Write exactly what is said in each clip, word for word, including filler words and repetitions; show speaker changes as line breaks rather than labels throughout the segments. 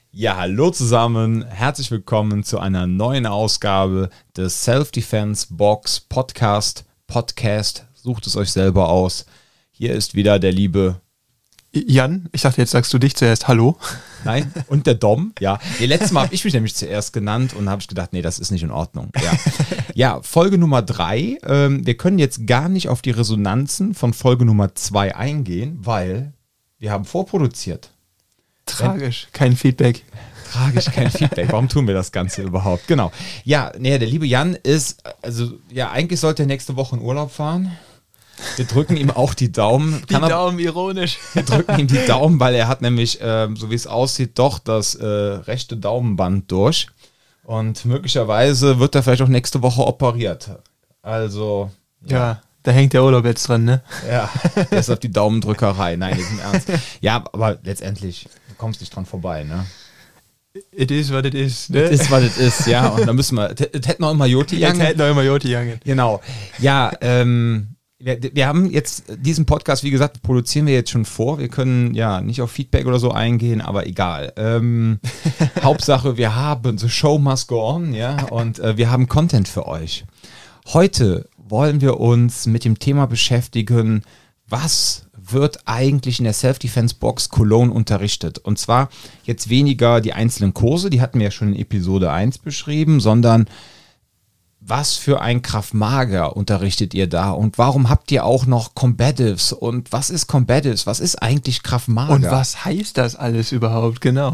Ja, hallo zusammen, herzlich willkommen zu einer neuen Ausgabe des Self-Defense Box Podcast. Podcast, sucht es euch selber aus. Hier ist wieder der liebe
Jan. Ich dachte, jetzt sagst du dich zuerst Hallo.
Nein, und der Dom, ja. Nee, letztes Mal habe ich mich nämlich zuerst genannt und habe ich gedacht, nee, das ist nicht in Ordnung. Ja, ja Folge Nummer drei. Ähm, wir können jetzt gar nicht auf die Resonanzen von Folge Nummer zwei eingehen, weil wir haben vorproduziert.
Tragisch, kein Feedback.
Tragisch, kein Feedback. Warum tun wir das Ganze überhaupt? Genau. Ja, nee, der liebe Jan ist, also ja, eigentlich sollte er nächste Woche in Urlaub fahren. Wir drücken ihm auch die Daumen.
Die Kann Daumen, er, ironisch.
Wir drücken ihm die Daumen, weil er hat nämlich, äh, so wie es aussieht, doch das äh, rechte Daumenband durch. Und möglicherweise wird er vielleicht auch nächste Woche operiert. Also,
ja. ja. Da hängt der Urlaub jetzt dran, ne?
Ja, deshalb die Daumendrückerei. Nein, das ist im Ernst. Ja, aber letztendlich, du kommst nicht dran vorbei, ne?
It is what it is, ne?
It is what it is, ja. Und dann müssen wir, es hätten noch immer Joti jangen.
Es hätten noch immer Joti jangen.
Genau. Ja, ähm, wir, wir haben jetzt diesen Podcast, wie gesagt, produzieren wir jetzt schon vor. Wir können ja nicht auf Feedback oder so eingehen, aber egal. Ähm, Hauptsache, wir haben, the show must go on, ja. Und äh, wir haben Content für euch. Heute wollen wir uns mit dem Thema beschäftigen, was wird eigentlich in der Self-Defense-Box Cologne unterrichtet. Und zwar jetzt weniger die einzelnen Kurse, die hatten wir ja schon in Episode eins beschrieben, sondern was für ein Krav Maga unterrichtet ihr da und warum habt ihr auch noch Combatives und was ist Combatives, was ist eigentlich Krav Maga?
Und was heißt das alles überhaupt, genau?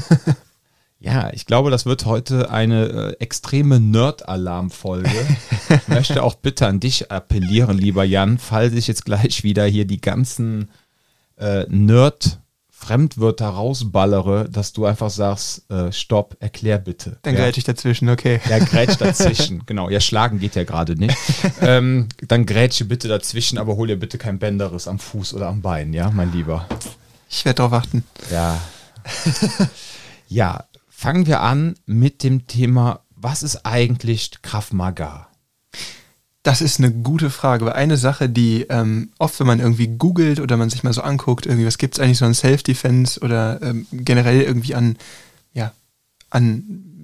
Ja, ich glaube, das wird heute eine äh, extreme Nerd-Alarm-Folge. Ich möchte auch bitte an dich appellieren, lieber Jan, falls ich jetzt gleich wieder hier die ganzen äh, Nerd-Fremdwörter rausballere, dass du einfach sagst, äh, stopp, erklär bitte.
Dann
ja.
grätsch ich dazwischen, okay.
Ja, grätsch dazwischen, genau. Ja, schlagen geht ja gerade nicht. ähm, dann grätsche bitte dazwischen, aber hol dir bitte kein Bänderriss am Fuß oder am Bein, ja, mein Lieber.
Ich werde darauf achten.
Ja. Ja. Fangen wir an mit dem Thema, was ist eigentlich Krav Maga?
Das ist eine gute Frage, weil eine Sache, die ähm, oft, wenn man irgendwie googelt oder man sich mal so anguckt, irgendwie, was gibt es eigentlich so an Self-Defense oder ähm, generell irgendwie an, ja, an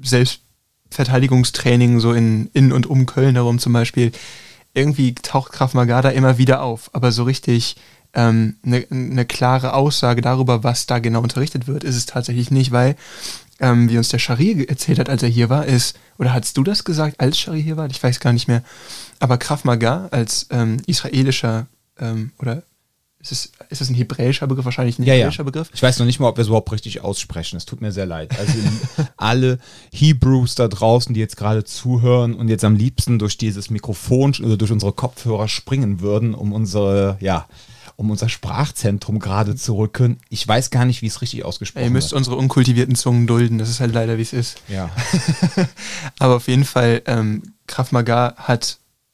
Selbstverteidigungstraining, so in, in und um Köln herum zum Beispiel, irgendwie taucht Krav Maga da immer wieder auf, aber so richtig ähm, eine, eine klare Aussage darüber, was da genau unterrichtet wird, ist es tatsächlich nicht, weil Ähm, wie uns der Shari erzählt hat, als er hier war, ist, oder hast du das gesagt, als Shari hier war? Ich weiß gar nicht mehr. Aber Krav Maga als ähm, israelischer, ähm, oder ist es, ist es ein hebräischer Begriff? Wahrscheinlich ein
ja,
hebräischer
ja.
Begriff.
Ich weiß noch nicht mal, ob wir es überhaupt richtig aussprechen. Es tut mir sehr leid. Also alle Hebrews da draußen, die jetzt gerade zuhören und jetzt am liebsten durch dieses Mikrofon oder durch unsere Kopfhörer springen würden, um unsere, ja, um unser Sprachzentrum gerade zu rücken. Ich weiß gar nicht, wie es richtig ausgesprochen wird.
Ihr müsst wird. unsere unkultivierten Zungen dulden, das ist halt leider, wie es ist.
Ja.
Aber auf jeden Fall, ähm, Krav Maga hat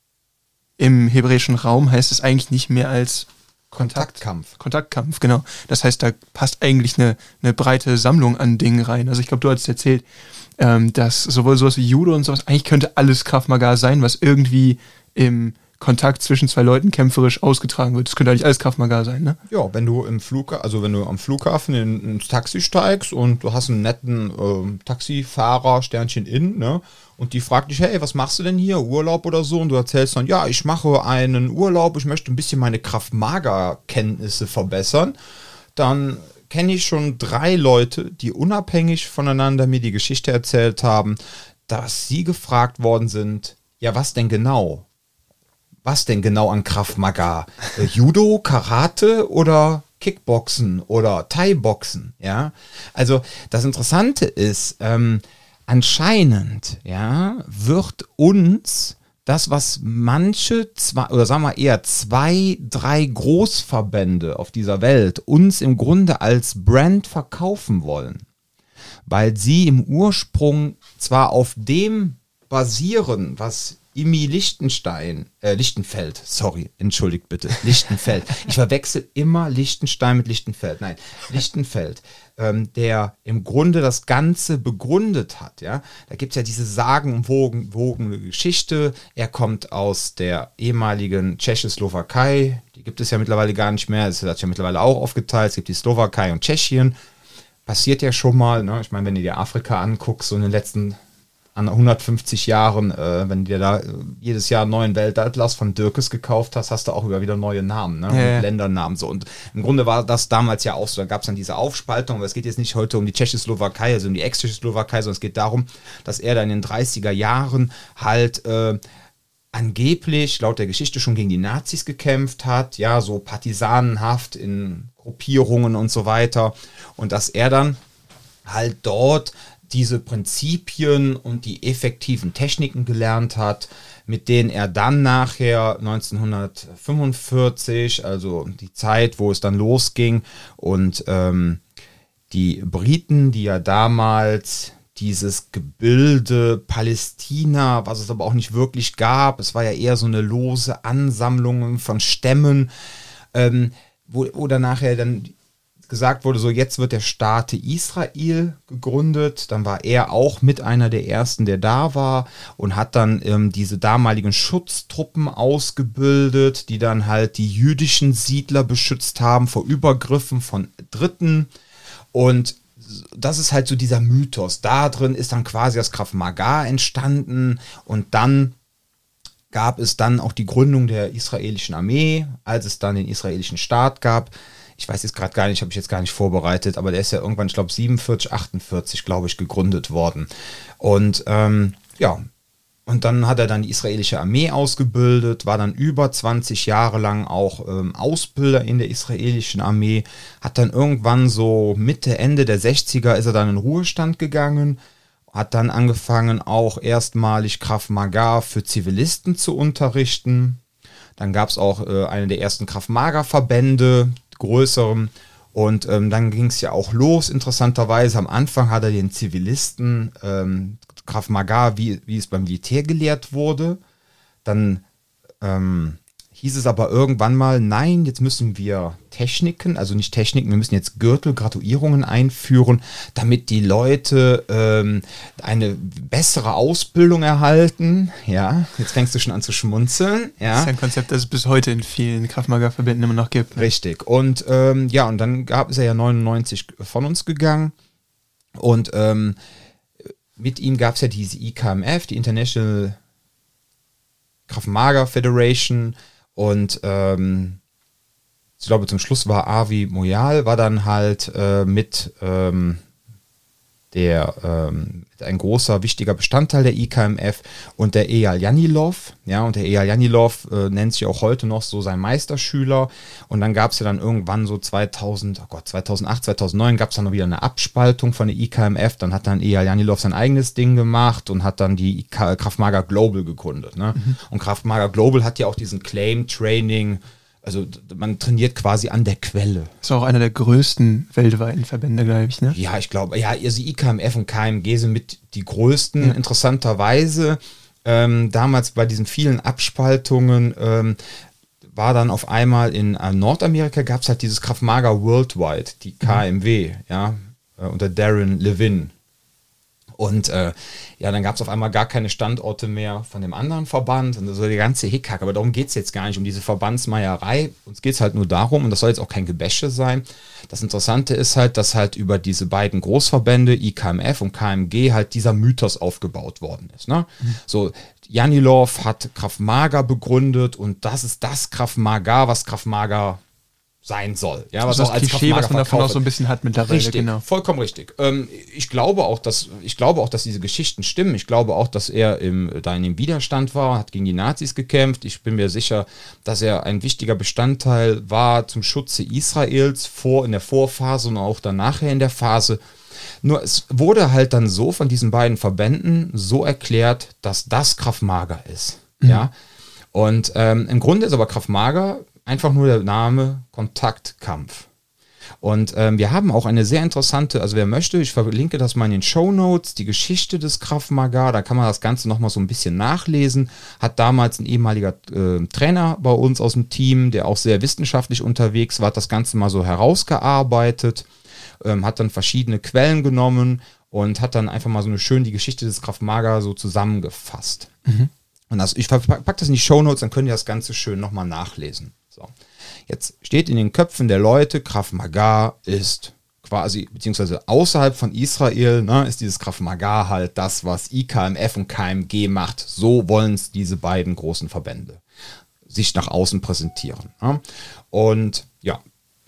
im hebräischen Raum, heißt es eigentlich nicht mehr als Kontakt,
Kontaktkampf.
Kontaktkampf, genau. Das heißt, da passt eigentlich eine, eine breite Sammlung an Dingen rein. Also ich glaube, du hast erzählt, ähm, dass sowohl sowas wie Judo und sowas, eigentlich könnte alles Krav Maga sein, was irgendwie im Kontakt zwischen zwei Leuten kämpferisch ausgetragen wird. Das könnte eigentlich alles Krav Maga sein, ne?
Ja, wenn du im Flughafen, also wenn du am Flughafen in, ins Taxi steigst und du hast einen netten äh, Taxifahrer, Sternchen in, ne? Und die fragt dich, hey, was machst du denn hier? Urlaub oder so? Und du erzählst dann, ja, ich mache einen Urlaub, ich möchte ein bisschen meine Krav Maga-Kenntnisse verbessern. Dann kenne ich schon drei Leute, die unabhängig voneinander mir die Geschichte erzählt haben, dass sie gefragt worden sind, ja, was denn genau? Was denn genau an Krav Maga? Äh, Judo, Karate oder Kickboxen oder Thai-Boxen? Ja, also das Interessante ist, ähm, anscheinend, ja, wird uns das, was manche, zwei, oder sagen wir eher zwei, drei Großverbände auf dieser Welt uns im Grunde als Brand verkaufen wollen, weil sie im Ursprung zwar auf dem basieren, was Imi Lichtenstein, äh, Lichtenfeld, sorry, entschuldigt bitte, Lichtenfeld. Ich verwechsel immer Lichtenstein mit Lichtenfeld. Nein, Lichtenfeld, ähm, der im Grunde das Ganze begründet hat. Ja, da gibt es ja diese sagenumwogene Geschichte. Er kommt aus der ehemaligen Tschechoslowakei. Die gibt es ja mittlerweile gar nicht mehr. Es hat sich ja mittlerweile auch aufgeteilt. Es gibt die Slowakei und Tschechien. passiert ja schon mal, ne? Ich meine, wenn du dir Afrika anguckst, so in den letzten an hundertfünfzig Jahren, äh, wenn du dir da äh, jedes Jahr einen neuen Weltatlas von Dürkes gekauft hast, hast du auch über wieder neue Namen, ne?
Ja, ja.
Und Ländernamen so. Und im Grunde war das damals ja auch so. Da gab es dann diese Aufspaltung, aber es geht jetzt nicht heute um die Tschechoslowakei, also um die Ex-Tschechoslowakei, sondern es geht darum, dass er dann in den dreißiger Jahren halt äh, angeblich laut der Geschichte schon gegen die Nazis gekämpft hat, ja, so partisanenhaft in Gruppierungen und so weiter. Und dass er dann halt dort diese Prinzipien und die effektiven Techniken gelernt hat, mit denen er dann nachher neunzehnhundertfünfundvierzig, also die Zeit, wo es dann losging, und ähm, die Briten, die ja damals dieses Gebilde Palästina, was es aber auch nicht wirklich gab, es war ja eher so eine lose Ansammlung von Stämmen, ähm, wo, wo dann nachher dann gesagt wurde, so jetzt wird der Staat Israel gegründet. Dann war er auch mit einer der ersten, der da war, und hat dann ähm, diese damaligen Schutztruppen ausgebildet, die dann halt die jüdischen Siedler beschützt haben vor Übergriffen von Dritten. Und das ist halt so dieser Mythos. Da drin ist dann quasi das Krav Maga entstanden, und dann gab es dann auch die Gründung der israelischen Armee, als es dann den israelischen Staat gab. Ich weiß jetzt gerade gar nicht, habe ich jetzt gar nicht vorbereitet, aber der ist ja irgendwann, ich glaube, siebenundvierzig, achtundvierzig, glaube ich, gegründet worden. Und ähm, ja, und dann hat er dann die israelische Armee ausgebildet, war dann über zwanzig Jahre lang auch ähm, Ausbilder in der israelischen Armee, hat dann irgendwann so Mitte, Ende der sechziger ist er dann in Ruhestand gegangen, hat dann angefangen, auch erstmalig Krav Maga für Zivilisten zu unterrichten. Dann gab es auch äh, eine der ersten Krav Maga-Verbände, größeren. Und ähm, dann ging es ja auch los, interessanterweise. Am Anfang hat er den Zivilisten ähm, Krav Maga, wie, wie es beim Militär gelehrt wurde. Dann ähm, hieß es aber irgendwann mal, nein, jetzt müssen wir Techniken, also nicht Techniken, wir müssen jetzt Gürtel, Graduierungen einführen, damit die Leute ähm, eine bessere Ausbildung erhalten. Ja, jetzt fängst du schon an zu schmunzeln. Ja.
Das ist ein Konzept, das es bis heute in vielen Krav Maga-Verbänden immer noch gibt. Ne?
Richtig. Und ähm, ja, und dann gab es ja neunundneunzig von uns gegangen, und ähm, mit ihm gab es ja diese I K M F, die International Krav Maga Federation. Und ähm, ich glaube, zum Schluss war Avi Moyal, war dann halt äh, mit ähm, der ähm, ein großer, wichtiger Bestandteil der I K M F, und der Eyal Janilov, ja, und der Eyal Janilov äh, nennt sich auch heute noch so sein Meisterschüler. Und dann gab es ja dann irgendwann so zweitausend, oh Gott, zweitausendacht, zweitausendneun gab es dann noch wieder eine Abspaltung von der I K M F. Dann hat dann Eyal Janilov sein eigenes Ding gemacht und hat dann die Krav Maga Global gegründet. Ne? Mhm. Und Krav Maga Global hat ja auch diesen Claim Training. Also man trainiert quasi an der Quelle.
Das ist auch einer der größten weltweiten Verbände, glaube ich, ne?
Ja, ich glaube, ja, also I K M F und K M G sind mit die größten, ja. Interessanterweise. Ähm, damals bei diesen vielen Abspaltungen ähm, war dann auf einmal in äh, Nordamerika gab es halt dieses Krav Maga Worldwide, die K M W, mhm. ja, äh, unter Darren Levin. Und äh, ja, dann gab es auf einmal gar keine Standorte mehr von dem anderen Verband und so die ganze Hickhack. Aber darum geht es jetzt gar nicht, um diese Verbandsmeierei. Uns geht es halt nur darum, und das soll jetzt auch kein Gebäsche sein. Das Interessante ist halt, dass halt über diese beiden Großverbände, I K M F und K M G, halt dieser Mythos aufgebaut worden ist. Ne? Mhm. So, Janilov hat Krav Maga begründet, und das ist das Krav Maga, was Krav Maga sein soll. Ja, was
das
auch als
Klischee, was man davon auch so ein bisschen hat mittlerweile.
Richtig,
genau.
Vollkommen richtig. Ähm, ich glaube auch, dass ich glaube auch, dass diese Geschichten stimmen. Ich glaube auch, dass er im, da in dem Widerstand war, hat gegen die Nazis gekämpft. Ich bin mir sicher, dass er ein wichtiger Bestandteil war zum Schutze Israels vor in der Vorphase und auch dann nachher in der Phase. Nur es wurde halt dann so von diesen beiden Verbänden so erklärt, dass das Krav Maga ist. Mhm. Ja. Und ähm, im Grunde ist aber Krav Maga einfach nur der Name Kontaktkampf. Und ähm, wir haben auch eine sehr interessante, also wer möchte, ich verlinke das mal in den Shownotes, die Geschichte des Krav Maga, da kann man das Ganze nochmal so ein bisschen nachlesen. Hat damals ein ehemaliger äh, Trainer bei uns aus dem Team, der auch sehr wissenschaftlich unterwegs war, hat das Ganze mal so herausgearbeitet, ähm, hat dann verschiedene Quellen genommen und hat dann einfach mal so eine schön die Geschichte des Krav Maga so zusammengefasst. Mhm. Und das, ich packe das in die Shownotes, dann könnt ihr das Ganze schön nochmal nachlesen. So. Jetzt steht in den Köpfen der Leute, Krav Maga ist quasi, beziehungsweise außerhalb von Israel, ne, ist dieses Krav Maga halt das, was I K M F und K M G macht. So wollen es diese beiden großen Verbände sich nach außen präsentieren. Ne? Und ja,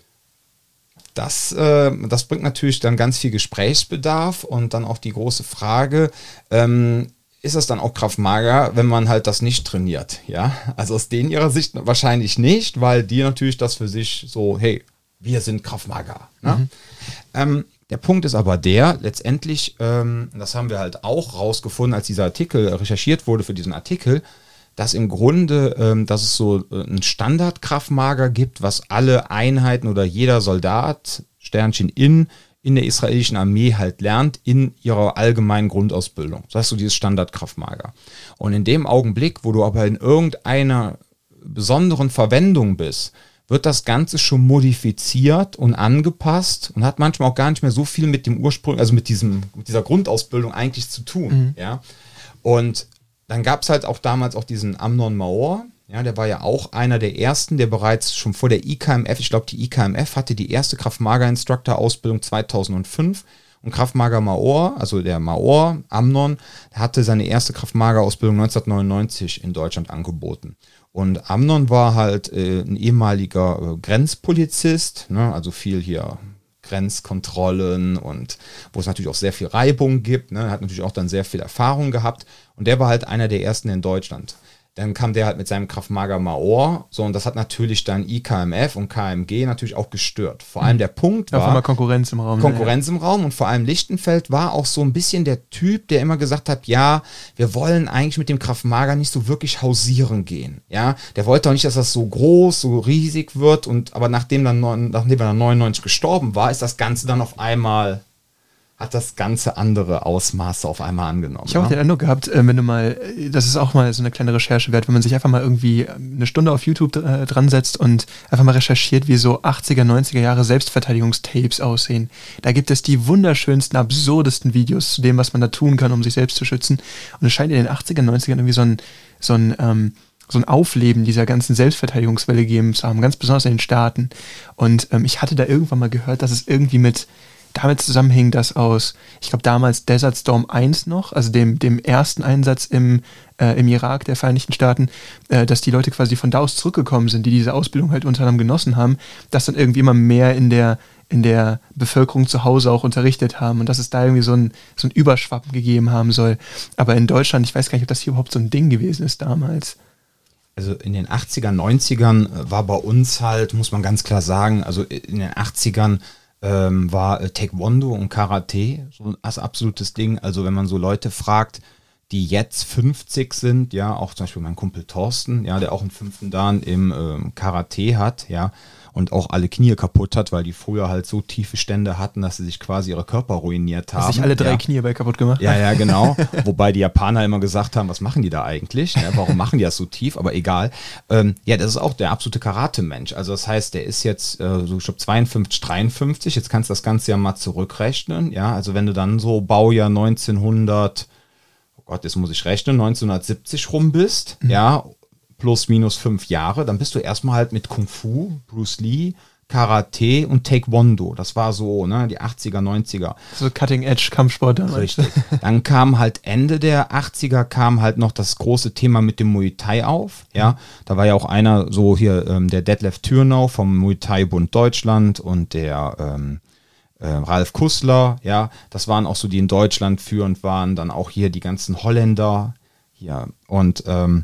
das, äh, das bringt natürlich dann ganz viel Gesprächsbedarf und dann auch die große Frage, ähm, ist das dann auch Krav Maga, wenn man halt das nicht trainiert? Ja, also aus denen ihrer Sicht wahrscheinlich nicht, weil die natürlich das für sich so, hey, wir sind Krav Maga. Ne? Mhm. Ähm, der Punkt ist aber der, letztendlich, ähm, das haben wir halt auch rausgefunden, als dieser Artikel recherchiert wurde für diesen Artikel, dass im Grunde, ähm, dass es so äh, ein Standard-Krav Maga gibt, was alle Einheiten oder jeder Soldat, Sternchen in, in der israelischen Armee halt lernt in ihrer allgemeinen Grundausbildung. Das heißt so dieses Standard-Krav Maga. Und in dem Augenblick, wo du aber in irgendeiner besonderen Verwendung bist, wird das Ganze schon modifiziert und angepasst und hat manchmal auch gar nicht mehr so viel mit dem Ursprung, also mit diesem, mit dieser Grundausbildung eigentlich zu tun. Mhm. Ja? Und dann gab es halt auch damals auch diesen Amnon Maor, ja, der war ja auch einer der ersten, der bereits schon vor der I K M F, ich glaube die I K M F hatte die erste Krav Maga Instructor Ausbildung zweitausendfünf und Krav Maga Maor, also der Maor, Amnon, der hatte seine erste Krav Maga Ausbildung neunzehnhundertneunundneunzig in Deutschland angeboten. Und Amnon war halt äh, ein ehemaliger äh, Grenzpolizist, ne, also viel hier Grenzkontrollen und wo es natürlich auch sehr viel Reibung gibt, ne, hat natürlich auch dann sehr viel Erfahrung gehabt und der war halt einer der ersten in Deutschland. Dann kam der halt mit seinem Krav Maga Maor, so, und das hat natürlich dann I K M F und K M G natürlich auch gestört. Vor allem der Punkt war...
Auf einmal Konkurrenz im Raum.
Konkurrenz ja. im Raum und vor allem Lichtenfeld war auch so ein bisschen der Typ, der immer gesagt hat, ja, wir wollen eigentlich mit dem Krav Maga nicht so wirklich hausieren gehen. Ja, der wollte auch nicht, dass das so groß, so riesig wird und aber nachdem dann, nachdem er dann neunundneunzig gestorben war, ist das Ganze dann auf einmal... hat das ganze andere Ausmaße auf einmal angenommen.
Ich habe auch den Eindruck gehabt, wenn du mal, das ist auch mal so eine kleine Recherche wert, wenn man sich einfach mal irgendwie eine Stunde auf YouTube äh, dran setzt und einfach mal recherchiert, wie so achtziger, neunziger Jahre Selbstverteidigungstapes aussehen. Da gibt es die wunderschönsten, absurdesten Videos zu dem, was man da tun kann, um sich selbst zu schützen. Und es scheint in den achtziger, neunzigern irgendwie so ein, so ein, ähm, so ein Aufleben dieser ganzen Selbstverteidigungswelle gegeben zu haben, ganz besonders in den Staaten. Und ähm, ich hatte da irgendwann mal gehört, dass es irgendwie mit damit zusammenhing, dass aus, ich glaube damals Desert Storm eins noch, also dem, dem ersten Einsatz im, äh, im Irak der Vereinigten Staaten, äh, dass die Leute quasi von da aus zurückgekommen sind, die diese Ausbildung halt unter anderem genossen haben, das dann irgendwie immer mehr in der, in der Bevölkerung zu Hause auch unterrichtet haben und dass es da irgendwie so ein, so ein Überschwappen gegeben haben soll. Aber in Deutschland, ich weiß gar nicht, ob das hier überhaupt so ein Ding gewesen ist damals.
Also in den achtziger, neunzigern war bei uns halt, muss man ganz klar sagen, also in den achtzigern Ähm, war äh, Taekwondo und Karate so ein absolutes Ding. Also wenn man so Leute fragt, die jetzt fünfzig sind, ja, auch zum Beispiel mein Kumpel Thorsten, ja, der auch einen fünften Dan im ähm, Karate hat, ja, und auch alle Knie kaputt hat, weil die früher halt so tiefe Stände hatten, dass sie sich quasi ihre Körper ruiniert haben. Dass sich
alle drei
ja.
Knie bei kaputt gemacht.
Ja, ja, genau. Wobei die Japaner immer gesagt haben, was machen die da eigentlich? Ja, warum machen die das so tief? Aber egal. Ähm, ja, das ist auch der absolute Karate-Mensch. Also das heißt, der ist jetzt äh, so, ich glaube, zweiundfünfzig, dreiundfünfzig. Jetzt kannst du das Ganze ja mal zurückrechnen. Ja, also wenn du dann so Baujahr neunzehnhundert, oh Gott, jetzt muss ich rechnen, neunzehnhundertsiebzig rum bist, mhm. ja, plus minus fünf Jahre, dann bist du erstmal halt mit Kung Fu, Bruce Lee, Karate und Taekwondo. Das war so, ne, die achtziger, neunziger.
So Cutting-Edge-Kampfsport damals.
Richtig. Dann kam halt Ende der achtziger kam halt noch das große Thema mit dem Muay Thai auf. Ja, da war ja auch einer so hier, ähm, der Detlef Thürnau vom Muay Thai Bund Deutschland und der ähm, äh, Ralf Kussler. Ja, das waren auch so, die in Deutschland führend waren. Dann auch hier die ganzen Holländer. Ja, und ähm,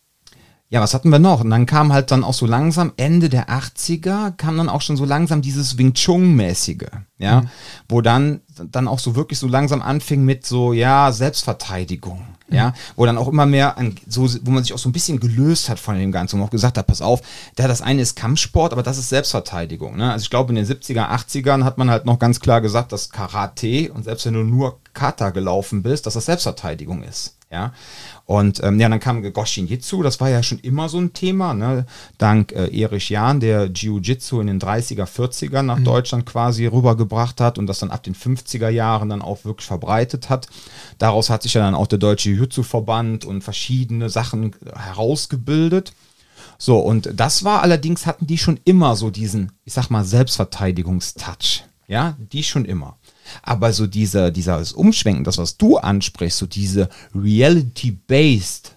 ja, was hatten wir noch? Und dann kam halt dann auch so langsam, Ende der achtziger, kam dann auch schon so langsam dieses Wing Chun-mäßige, ja, mhm. wo dann, dann auch so wirklich so langsam anfing mit so, ja, Selbstverteidigung, mhm. ja, wo dann auch immer mehr, an, so, wo man sich auch so ein bisschen gelöst hat von dem Ganzen und auch gesagt hat, pass auf, da das eine ist Kampfsport, aber das ist Selbstverteidigung, ne? Also ich glaube, in den siebziger, achtzigern hat man halt noch ganz klar gesagt, dass Karate und selbst wenn du nur Kata gelaufen bist, dass das Selbstverteidigung ist. Ja, und ähm, ja, dann kam Goshin Jitsu, das war ja schon immer so ein Thema, ne? Dank äh, Erich Jahn, der Jiu-Jitsu in den dreißiger, vierzigern nach mhm. Deutschland quasi rübergebracht hat und das dann ab den fünfziger Jahren dann auch wirklich verbreitet hat. Daraus hat sich ja dann auch der Deutsche Jiu-Jitsu-Verband und verschiedene Sachen herausgebildet. So, und das war allerdings, hatten die schon immer so diesen, ich sag mal, Selbstverteidigungstouch. Ja, die schon immer. Aber so dieser, dieses Umschwenken, das, was du ansprichst, so diese Reality-Based,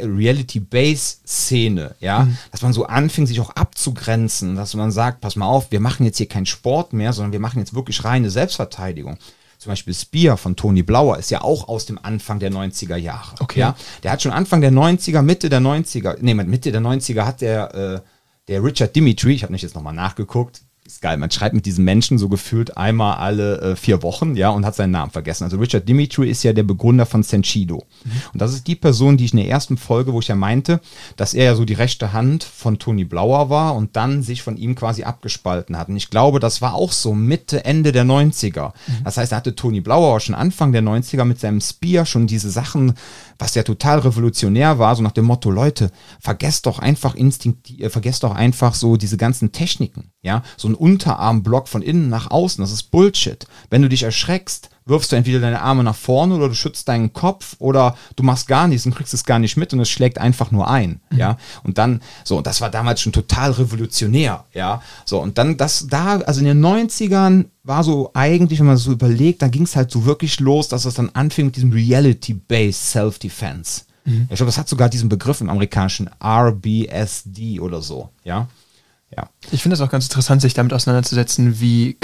Reality-Based-Szene, ja, mhm. dass man so anfängt, sich auch abzugrenzen, dass man sagt, pass mal auf, wir machen jetzt hier keinen Sport mehr, sondern wir machen jetzt wirklich reine Selbstverteidigung. Zum Beispiel Spear von Tony Blauer ist ja auch aus dem Anfang der neunziger Jahre.
Okay.
Ja? Der hat schon Anfang der neunziger, Mitte der neunziger, nee, Mitte der neunziger hat der, äh, der Richard Dimitri, ich habe nicht jetzt nochmal nachgeguckt, ist geil, man schreibt mit diesen Menschen so gefühlt einmal alle äh, vier Wochen, ja, und hat seinen Namen vergessen. Also Richard Dimitri ist ja der Begründer von Senshido. Mhm. Und das ist die Person, die ich in der ersten Folge, wo ich ja meinte, dass er ja so die rechte Hand von Tony Blauer war und dann sich von ihm quasi abgespalten hat. Und ich glaube, das war auch so Mitte, Ende der neunziger. Mhm. Das heißt, da hatte Tony Blauer schon Anfang der neunziger mit seinem Spear schon diese Sachen, was ja total revolutionär war, so nach dem Motto, Leute, vergesst doch einfach Instinkt, äh, vergesst doch einfach so diese ganzen Techniken, ja, so ein Unterarmblock von innen nach außen, das ist Bullshit. Wenn du dich erschreckst, wirfst du entweder deine Arme nach vorne oder du schützt deinen Kopf oder du machst gar nichts und kriegst es gar nicht mit und es schlägt einfach nur ein, mhm. ja. Und dann, so, und das war damals schon total revolutionär, ja. So, und dann das da, also in den neunzigern war so eigentlich, wenn man so überlegt, dann ging es halt so wirklich los, dass es dann anfing mit diesem Reality-Based Self-Defense. Mhm. Ich glaube, das hat sogar diesen Begriff im amerikanischen R B S D oder so, ja. Ja.
Ich finde es auch ganz interessant, sich damit auseinanderzusetzen, wie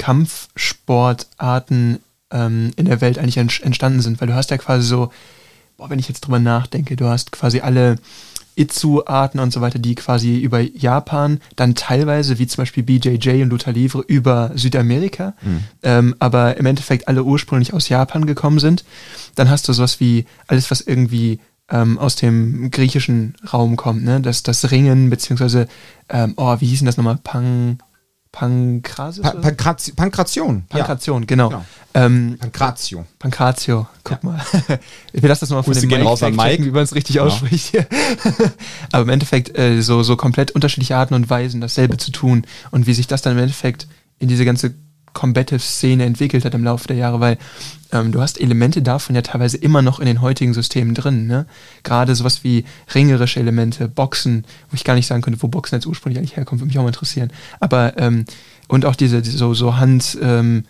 Kampfsportarten ähm, in der Welt eigentlich entstanden sind, weil du hast ja quasi so, boah, wenn ich jetzt drüber nachdenke, du hast quasi alle Itzu-Arten und so weiter, die quasi über Japan, dann teilweise, wie zum Beispiel B J J und Luta Livre, über Südamerika, mhm. ähm, aber im Endeffekt alle ursprünglich aus Japan gekommen sind. Dann hast du sowas wie alles, was irgendwie aus dem griechischen Raum kommt, ne? Das, das Ringen, beziehungsweise, ähm, oh, wie hieß denn das nochmal? Pang, Pankrasis?
Pa Pankration. Pankration,
Pankration, ja. Genau. genau.
Ähm, Pankratio.
Pankratio, guck ja. mal. Wir lassen das nochmal von
dem Mike,
raus an Mike, wie man es richtig ja. ausspricht hier. Aber im Endeffekt äh, so, so komplett unterschiedliche Arten und Weisen, dasselbe zu tun und wie sich das dann im Endeffekt in diese ganze Combative-Szene entwickelt hat im Laufe der Jahre, weil ähm, du hast Elemente davon ja teilweise immer noch in den heutigen Systemen drin, ne? Gerade sowas wie ringerische Elemente, Boxen, wo ich gar nicht sagen könnte, wo Boxen jetzt ursprünglich eigentlich herkommt, würde mich auch mal interessieren. Aber, ähm, und auch diese, diese so, so Hand, ähm,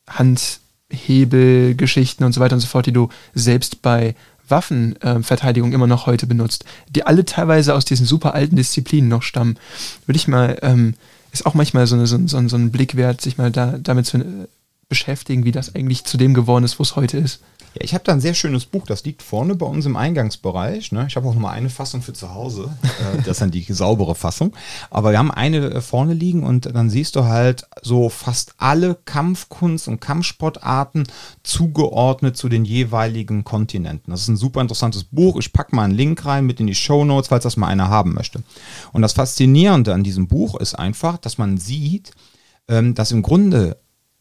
Handhebelgeschichten und so weiter und so fort, die du selbst bei Waffenverteidigung äh, immer noch heute benutzt, die alle teilweise aus diesen super alten Disziplinen noch stammen. Würde ich mal, ähm, ist auch manchmal so, eine, so, so, so ein Blick wert, sich mal da, damit zu äh, beschäftigen, wie das eigentlich zu dem geworden ist, wo es heute ist.
Ja, ich habe da ein sehr schönes Buch, das liegt vorne bei uns im Eingangsbereich. Ne? Ich habe auch noch mal eine Fassung für zu Hause, äh, das ist dann die saubere Fassung. Aber wir haben eine äh, vorne liegen und dann siehst du halt so fast alle Kampfkunst- und Kampfsportarten zugeordnet zu den jeweiligen Kontinenten. Das ist ein super interessantes Buch. Ich packe mal einen Link rein mit in die Shownotes, falls das mal einer haben möchte. Und das Faszinierende an diesem Buch ist einfach, dass man sieht, ähm, dass im Grunde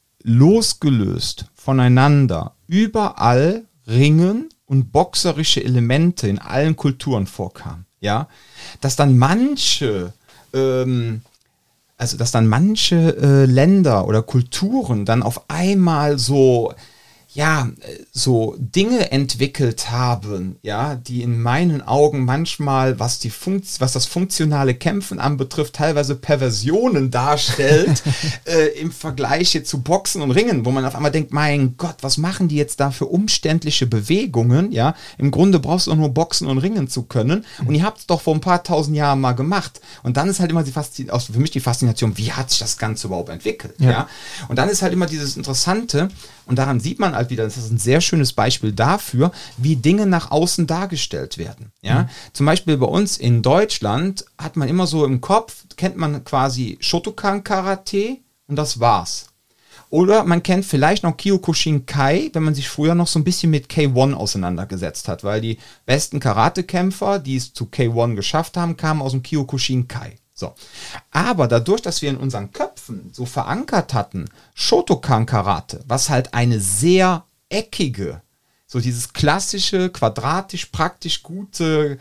losgelöst voneinander überall Ringen und boxerische Elemente in allen Kulturen vorkamen. Ja, dass dann manche, ähm, also dass dann manche äh, Länder oder Kulturen dann auf einmal so, ja, so Dinge entwickelt haben, ja, die in meinen Augen manchmal, was die Funkt- was das funktionale Kämpfen anbetrifft, teilweise Perversionen darstellt äh, im Vergleich jetzt zu Boxen und Ringen, wo man auf einmal denkt, mein Gott, was machen die jetzt da für umständliche Bewegungen, ja, im Grunde brauchst du doch nur Boxen und Ringen zu können und ihr habt es doch vor ein paar tausend Jahren mal gemacht und dann ist halt immer die Faszin- für mich die Faszination, wie hat sich das Ganze überhaupt entwickelt, ja, ja? Und dann ist halt immer dieses Interessante und daran sieht man halt wieder, das ist ein sehr schönes Beispiel dafür, wie Dinge nach außen dargestellt werden. Ja? Mhm. Zum Beispiel bei uns in Deutschland hat man immer so im Kopf, kennt man quasi Shotokan-Karate und das war's. Oder man kennt vielleicht noch Kyokushinkai, wenn man sich früher noch so ein bisschen mit K eins auseinandergesetzt hat, weil die besten Karatekämpfer, die es zu K eins geschafft haben, kamen aus dem Kyokushinkai. So. Aber dadurch, dass wir in unseren Köpfen so verankert hatten, Shotokan-Karate, was halt eine sehr eckige, so dieses klassische, quadratisch, praktisch gute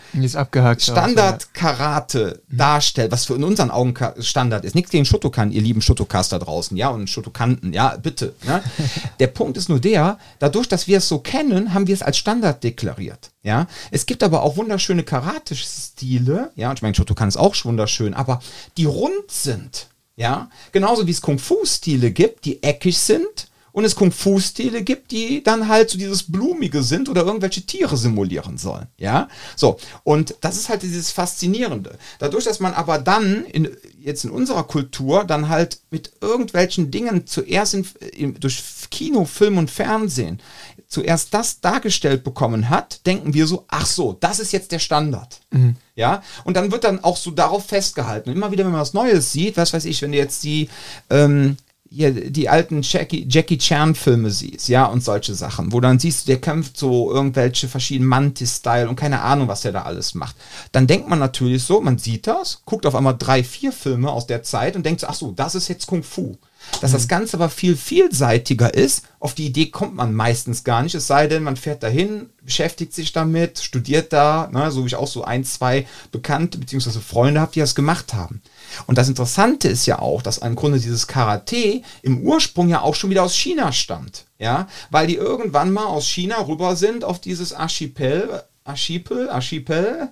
Standard-Karate ja. darstellt, was für in unseren Augen Standard ist. Nichts gegen Shotokan, ihr lieben Shotokas da draußen, ja, und Shotokanten, ja, bitte. Ne? Der Punkt ist nur der, dadurch, dass wir es so kennen, haben wir es als Standard deklariert. Ja, es gibt aber auch wunderschöne Karate-Stile, ja, und ich meine, Shotokan ist auch wunderschön, aber die rund sind. Ja, genauso wie es Kung-Fu-Stile gibt, die eckig sind und es Kung-Fu-Stile gibt, die dann halt so dieses Blumige sind oder irgendwelche Tiere simulieren sollen. Ja, so. Und das ist halt dieses Faszinierende. Dadurch, dass man aber dann in, jetzt in unserer Kultur dann halt mit irgendwelchen Dingen zuerst in, in, durch Kino, Film und Fernsehen zuerst das dargestellt bekommen hat, denken wir so, ach so, das ist jetzt der Standard. Mhm. Ja, und dann wird dann auch so darauf festgehalten. Und immer wieder, wenn man was Neues sieht, was weiß ich, wenn du jetzt die, ähm, hier, die alten Jackie, Jackie Chan-Filme siehst, ja, und solche Sachen, wo dann siehst du, der kämpft so irgendwelche verschiedenen Mantis-Style und keine Ahnung, was der da alles macht. Dann denkt man natürlich so, man sieht das, guckt auf einmal drei, vier Filme aus der Zeit und denkt so, ach so, das ist jetzt Kung Fu. Dass das Ganze aber viel vielseitiger ist, auf die Idee kommt man meistens gar nicht, es sei denn, man fährt dahin, beschäftigt sich damit, studiert da, ne, so wie ich auch so ein, zwei Bekannte bzw. Freunde habe, die das gemacht haben. Und das Interessante ist ja auch, dass im Grunde dieses Karate im Ursprung ja auch schon wieder aus China stammt, ja, weil die irgendwann mal aus China rüber sind auf dieses Archipel, Archipel, Archipel,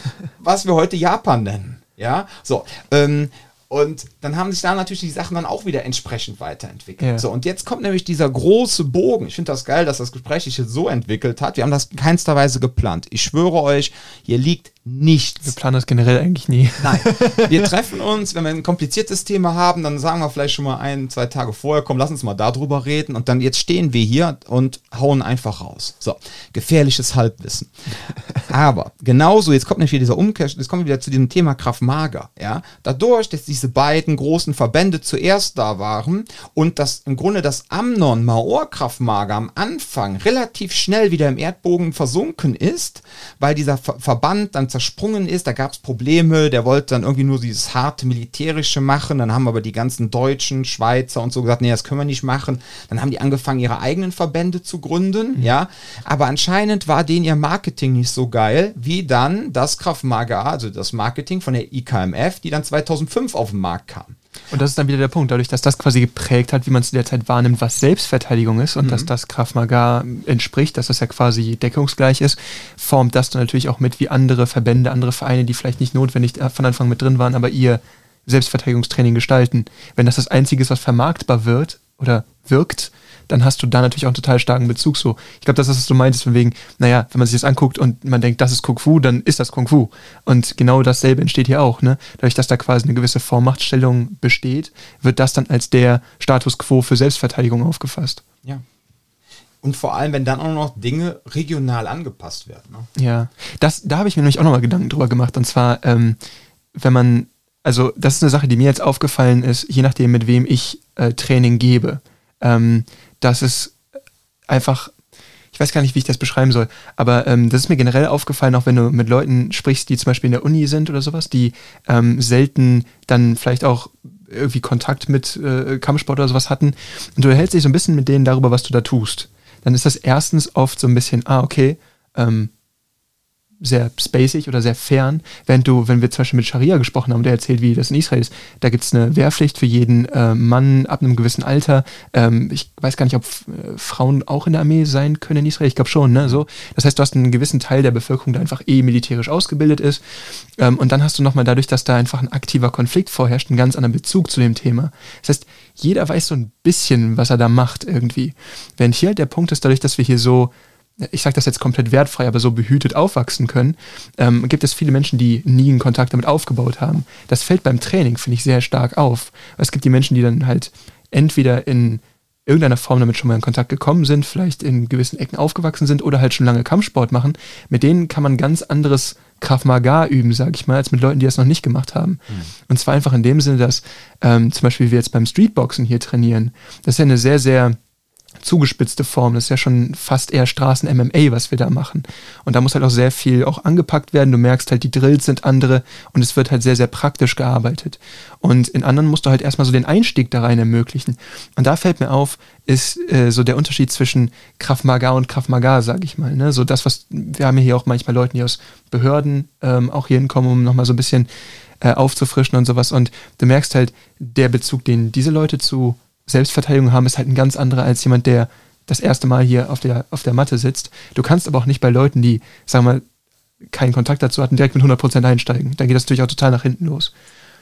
was wir heute Japan nennen, ja, so, ähm, und dann haben sich da natürlich die Sachen dann auch wieder entsprechend weiterentwickelt. Ja. So, und jetzt kommt nämlich dieser große Bogen. Ich finde das geil, dass das Gespräch sich jetzt so entwickelt hat. Wir haben das in keinster Weise geplant. Ich schwöre euch, hier liegt nichts.
Wir planen das generell eigentlich nie.
Nein. Wir treffen uns, wenn wir ein kompliziertes Thema haben, dann sagen wir vielleicht schon mal ein, zwei Tage vorher, komm, lass uns mal darüber reden. Und dann jetzt stehen wir hier und hauen einfach raus. So, gefährliches Halbwissen. Aber genauso, jetzt kommt nämlich wieder dieser Umkehr, jetzt kommen wir wieder zu diesem Thema Krav Maga. Ja? Dadurch, dass diese beiden großen Verbände zuerst da waren und dass im Grunde das Amnon Maor Krav Maga am Anfang relativ schnell wieder im Erdboden versunken ist, weil dieser Ver- Verband dann zersprungen ist, da gab es Probleme, der wollte dann irgendwie nur dieses harte Militärische machen, dann haben aber die ganzen Deutschen, Schweizer und so gesagt, nee, das können wir nicht machen, dann haben die angefangen, ihre eigenen Verbände zu gründen, mhm. ja, aber anscheinend war denen ihr Marketing nicht so geil, wie dann das Krav Maga, also das Marketing von der I K M F, die dann zweitausendfünf auf den Markt kam.
Und das ist dann wieder der Punkt, dadurch, dass das quasi geprägt hat, wie man es in der Zeit wahrnimmt, was Selbstverteidigung ist und mhm. dass das Krav Maga entspricht, dass das ja quasi deckungsgleich ist, formt das dann natürlich auch mit, wie andere Verbände, andere Vereine, die vielleicht nicht notwendig von Anfang mit drin waren, aber ihr Selbstverteidigungstraining gestalten. Wenn das das Einzige ist, was vermarktbar wird oder wirkt, dann hast du da natürlich auch einen total starken Bezug so. Ich glaube, das ist, was du meintest, von wegen, naja, wenn man sich das anguckt und man denkt, das ist Kung Fu, dann ist das Kung Fu. Und genau dasselbe entsteht hier auch, ne? Dadurch, dass da quasi eine gewisse Vormachtstellung besteht, wird das dann als der Status Quo für Selbstverteidigung aufgefasst.
Ja. Und vor allem, wenn dann auch noch Dinge regional angepasst werden. Ne?
Ja, das, da habe ich mir nämlich auch nochmal Gedanken drüber gemacht. Und zwar, ähm, wenn man, also das ist eine Sache, die mir jetzt aufgefallen ist, je nachdem, mit wem ich äh, Training gebe. Ähm, dass es einfach, ich weiß gar nicht, wie ich das beschreiben soll, aber ähm, das ist mir generell aufgefallen, auch wenn du mit Leuten sprichst, die zum Beispiel in der Uni sind oder sowas, die ähm, selten dann vielleicht auch irgendwie Kontakt mit äh, Kampfsport oder sowas hatten und du erhältst dich so ein bisschen mit denen darüber, was du da tust. Dann ist das erstens oft so ein bisschen, ah, okay, ähm, sehr spacig oder sehr fern, während du, wenn wir zum Beispiel mit Scharia gesprochen haben, der erzählt, wie das in Israel ist, da gibt es eine Wehrpflicht für jeden äh, Mann ab einem gewissen Alter. Ähm, ich weiß gar nicht, ob äh, Frauen auch in der Armee sein können in Israel. Ich glaube schon, ne? So. Das heißt, du hast einen gewissen Teil der Bevölkerung, der einfach eh militärisch ausgebildet ist. Ähm, und dann hast du nochmal dadurch, dass da einfach ein aktiver Konflikt vorherrscht, einen ganz anderen Bezug zu dem Thema. Das heißt, jeder weiß so ein bisschen, was er da macht irgendwie. Während hier halt der Punkt ist, dadurch, dass wir hier so, ich sage das jetzt komplett wertfrei, aber so behütet aufwachsen können, ähm, gibt es viele Menschen, die nie einen Kontakt damit aufgebaut haben. Das fällt beim Training, finde ich, sehr stark auf. Es gibt die Menschen, die dann halt entweder in irgendeiner Form damit schon mal in Kontakt gekommen sind, vielleicht in gewissen Ecken aufgewachsen sind oder halt schon lange Kampfsport machen. Mit denen kann man ganz anderes Krav Maga üben, sage ich mal, als mit Leuten, die das noch nicht gemacht haben. Mhm. Und zwar einfach in dem Sinne, dass ähm, zum Beispiel wir jetzt beim Streetboxen hier trainieren. Das ist ja eine sehr, sehr zugespitzte Form. Das ist ja schon fast eher Straßen-M M A, was wir da machen. Und da muss halt auch sehr viel auch angepackt werden. Du merkst halt, die Drills sind andere und es wird halt sehr, sehr praktisch gearbeitet. Und in anderen musst du halt erstmal so den Einstieg da rein ermöglichen. Und da fällt mir auf, ist äh, so der Unterschied zwischen Krav Maga und Krav Maga, sag ich mal. Ne? So das, was, wir haben ja hier auch manchmal Leute, die aus Behörden ähm, auch hier hinkommen, um nochmal so ein bisschen äh, aufzufrischen und sowas. Und du merkst halt, der Bezug, den diese Leute zu Selbstverteidigung haben, ist halt ein ganz anderer als jemand, der das erste Mal hier auf der, auf der Matte sitzt. Du kannst aber auch nicht bei Leuten, die, sagen wir mal, keinen Kontakt dazu hatten, direkt mit hundert Prozent einsteigen. Dann geht das natürlich auch total nach hinten los.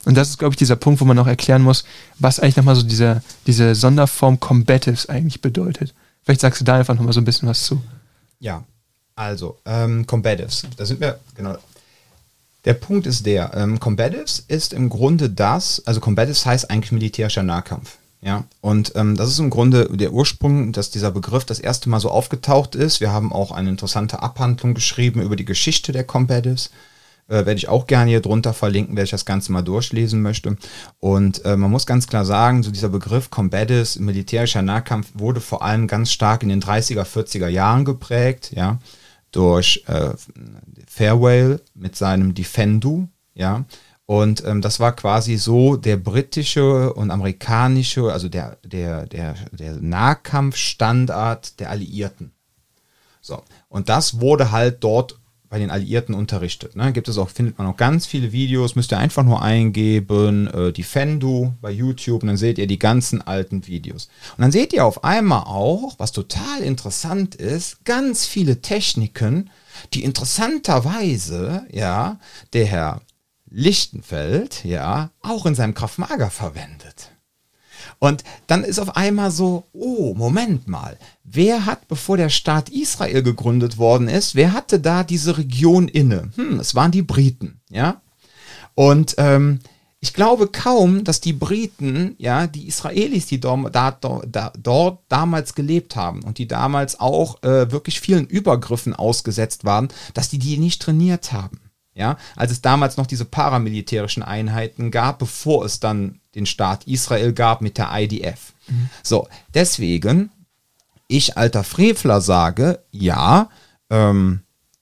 Und das ist, glaube ich, dieser Punkt, wo man auch erklären muss, was eigentlich nochmal so dieser, diese Sonderform Combatives eigentlich bedeutet. Vielleicht sagst du da einfach nochmal so ein bisschen was zu.
Ja, also, ähm, Combatives, da sind wir, genau. Der Punkt ist der, ähm, Combatives ist im Grunde das, also Combatives heißt eigentlich militärischer Nahkampf. Ja, und ähm, das ist im Grunde der Ursprung, dass dieser Begriff das erste Mal so aufgetaucht ist. Wir haben auch eine interessante Abhandlung geschrieben über die Geschichte der Combatives. Äh, werde ich auch gerne hier drunter verlinken, wer ich das Ganze mal durchlesen möchte. Und äh, man muss ganz klar sagen, so dieser Begriff Combatives, militärischer Nahkampf, wurde vor allem ganz stark in den dreißiger, vierziger Jahren geprägt, ja, durch äh, Fairwhale mit seinem Defendu, ja. Und ähm, das war quasi so der britische und amerikanische, also der, der, der, der Nahkampfstandard der Alliierten. So. Und das wurde halt dort bei den Alliierten unterrichtet. Ne? Gibt es auch, findet man auch ganz viele Videos, müsst ihr einfach nur eingeben, äh, Defendu bei YouTube und dann seht ihr die ganzen alten Videos. Und dann seht ihr auf einmal auch, was total interessant ist, ganz viele Techniken, die interessanterweise, ja, der Herr Lichtenfeld, ja, auch in seinem Krav Maga verwendet. Und dann ist auf einmal so, oh, Moment mal, wer hat, bevor der Staat Israel gegründet worden ist, wer hatte da diese Region inne? Hm, es waren die Briten, ja. Und ähm, ich glaube kaum, dass die Briten, ja, die Israelis, die dort, da, da, dort damals gelebt haben und die damals auch äh, wirklich vielen Übergriffen ausgesetzt waren, dass die die nicht trainiert haben. Ja, als es damals noch diese paramilitärischen Einheiten gab, bevor es dann den Staat Israel gab mit der I D F. Mhm. So, deswegen, ich alter Frevler sage, ja, ähm,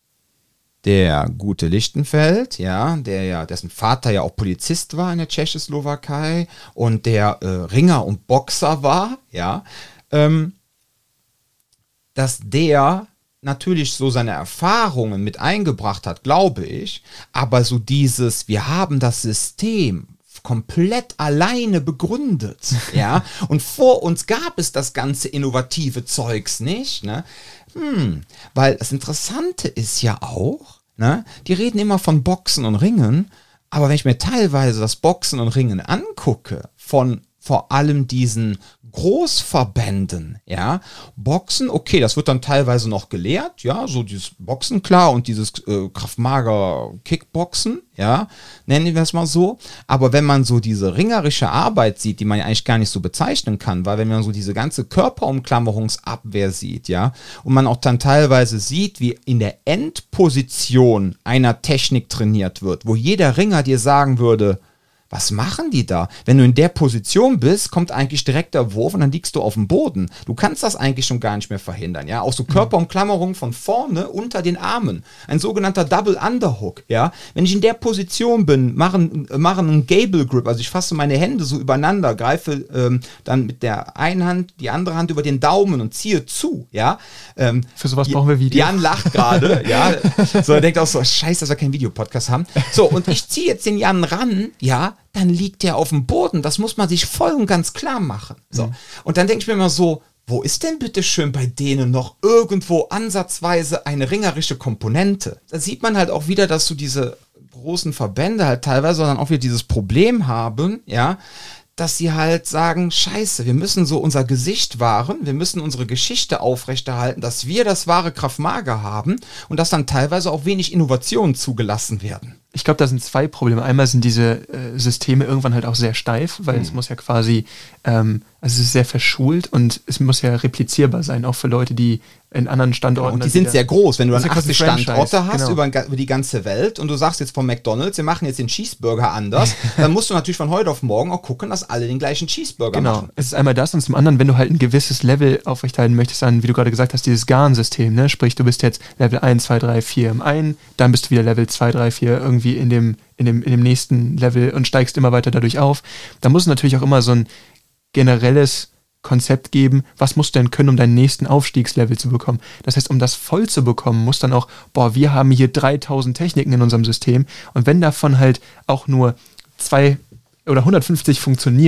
der gute Lichtenfeld, ja, der ja, dessen Vater ja auch Polizist war in der Tschechoslowakei und der äh, Ringer und Boxer war, ja, ähm, dass der natürlich so seine Erfahrungen mit eingebracht hat, glaube ich, aber so dieses, wir haben das System komplett alleine begründet, ja, und vor uns gab es das ganze innovative Zeugs nicht, ne, hm, weil das Interessante ist ja auch, ne, die reden immer von Boxen und Ringen, aber wenn ich mir teilweise das Boxen und Ringen angucke, von vor allem diesen Großverbänden, ja, Boxen, okay, das wird dann teilweise noch gelehrt, ja, so dieses Boxen, klar, und dieses äh, Krav Maga Kickboxen, ja, nennen wir es mal so, aber wenn man so diese ringerische Arbeit sieht, die man ja eigentlich gar nicht so bezeichnen kann, weil wenn man so diese ganze Körperumklammerungsabwehr sieht, ja, und man auch dann teilweise sieht, wie in der Endposition einer Technik trainiert wird, wo jeder Ringer dir sagen würde, was machen die da? Wenn du in der Position bist, kommt eigentlich direkt der Wurf und dann liegst du auf dem Boden. Du kannst das eigentlich schon gar nicht mehr verhindern, ja. Auch so Körperumklammerung von vorne unter den Armen. Ein sogenannter Double Underhook, ja. Wenn ich in der Position bin, machen, machen einen Gable Grip, also ich fasse meine Hände so übereinander, greife ähm, dann mit der einen Hand die andere Hand über den Daumen und ziehe zu, ja. Ähm,
Für sowas brauchen wir Video.
Jan lacht gerade, ja. So, er denkt auch so, scheiße, dass wir keinen Videopodcast haben. So, und ich ziehe jetzt den Jan ran, ja, dann liegt der auf dem Boden. Das muss man sich voll und ganz klar machen. So. Mhm. Und dann denke ich mir immer so, wo ist denn bitte schön bei denen noch irgendwo ansatzweise eine ringerische Komponente? Da sieht man halt auch wieder, dass so diese großen Verbände halt teilweise dann auch wieder dieses Problem haben, ja, dass sie halt sagen, scheiße, wir müssen so unser Gesicht wahren, wir müssen unsere Geschichte aufrechterhalten, dass wir das wahre Krav Maga haben und dass dann teilweise auch wenig Innovationen zugelassen werden.
Ich glaube, da sind zwei Probleme. Einmal sind diese äh, Systeme irgendwann halt auch sehr steif, weil mhm. es muss ja quasi, ähm, also es ist sehr verschult und es muss ja replizierbar sein, auch für Leute, die in anderen Standorten...
Genau, und die sind sehr groß. Wenn du dann achtzig Standorte hast, genau, über, über die ganze Welt und du sagst jetzt von McDonald's, wir machen jetzt den Cheeseburger anders, dann musst du natürlich von heute auf morgen auch gucken, dass alle den gleichen Cheeseburger
genau.
machen.
Es ist einmal das und zum anderen, wenn du halt ein gewisses Level aufrechterhalten möchtest, dann, wie du gerade gesagt hast, dieses Garn-System, ne? Sprich, du bist jetzt Level eins, zwei, drei, vier im einen, dann bist du wieder Level zwei, drei, vier irgendwie in dem, in dem, in dem nächsten Level und steigst immer weiter dadurch auf. Da muss es natürlich auch immer so ein generelles Konzept geben, was musst du denn können, um deinen nächsten Aufstiegslevel zu bekommen. Das heißt, um das voll zu bekommen, muss dann auch, boah, wir haben hier dreitausend Techniken in unserem System und wenn davon halt auch nur zwei oder hundertfünfzig funktionieren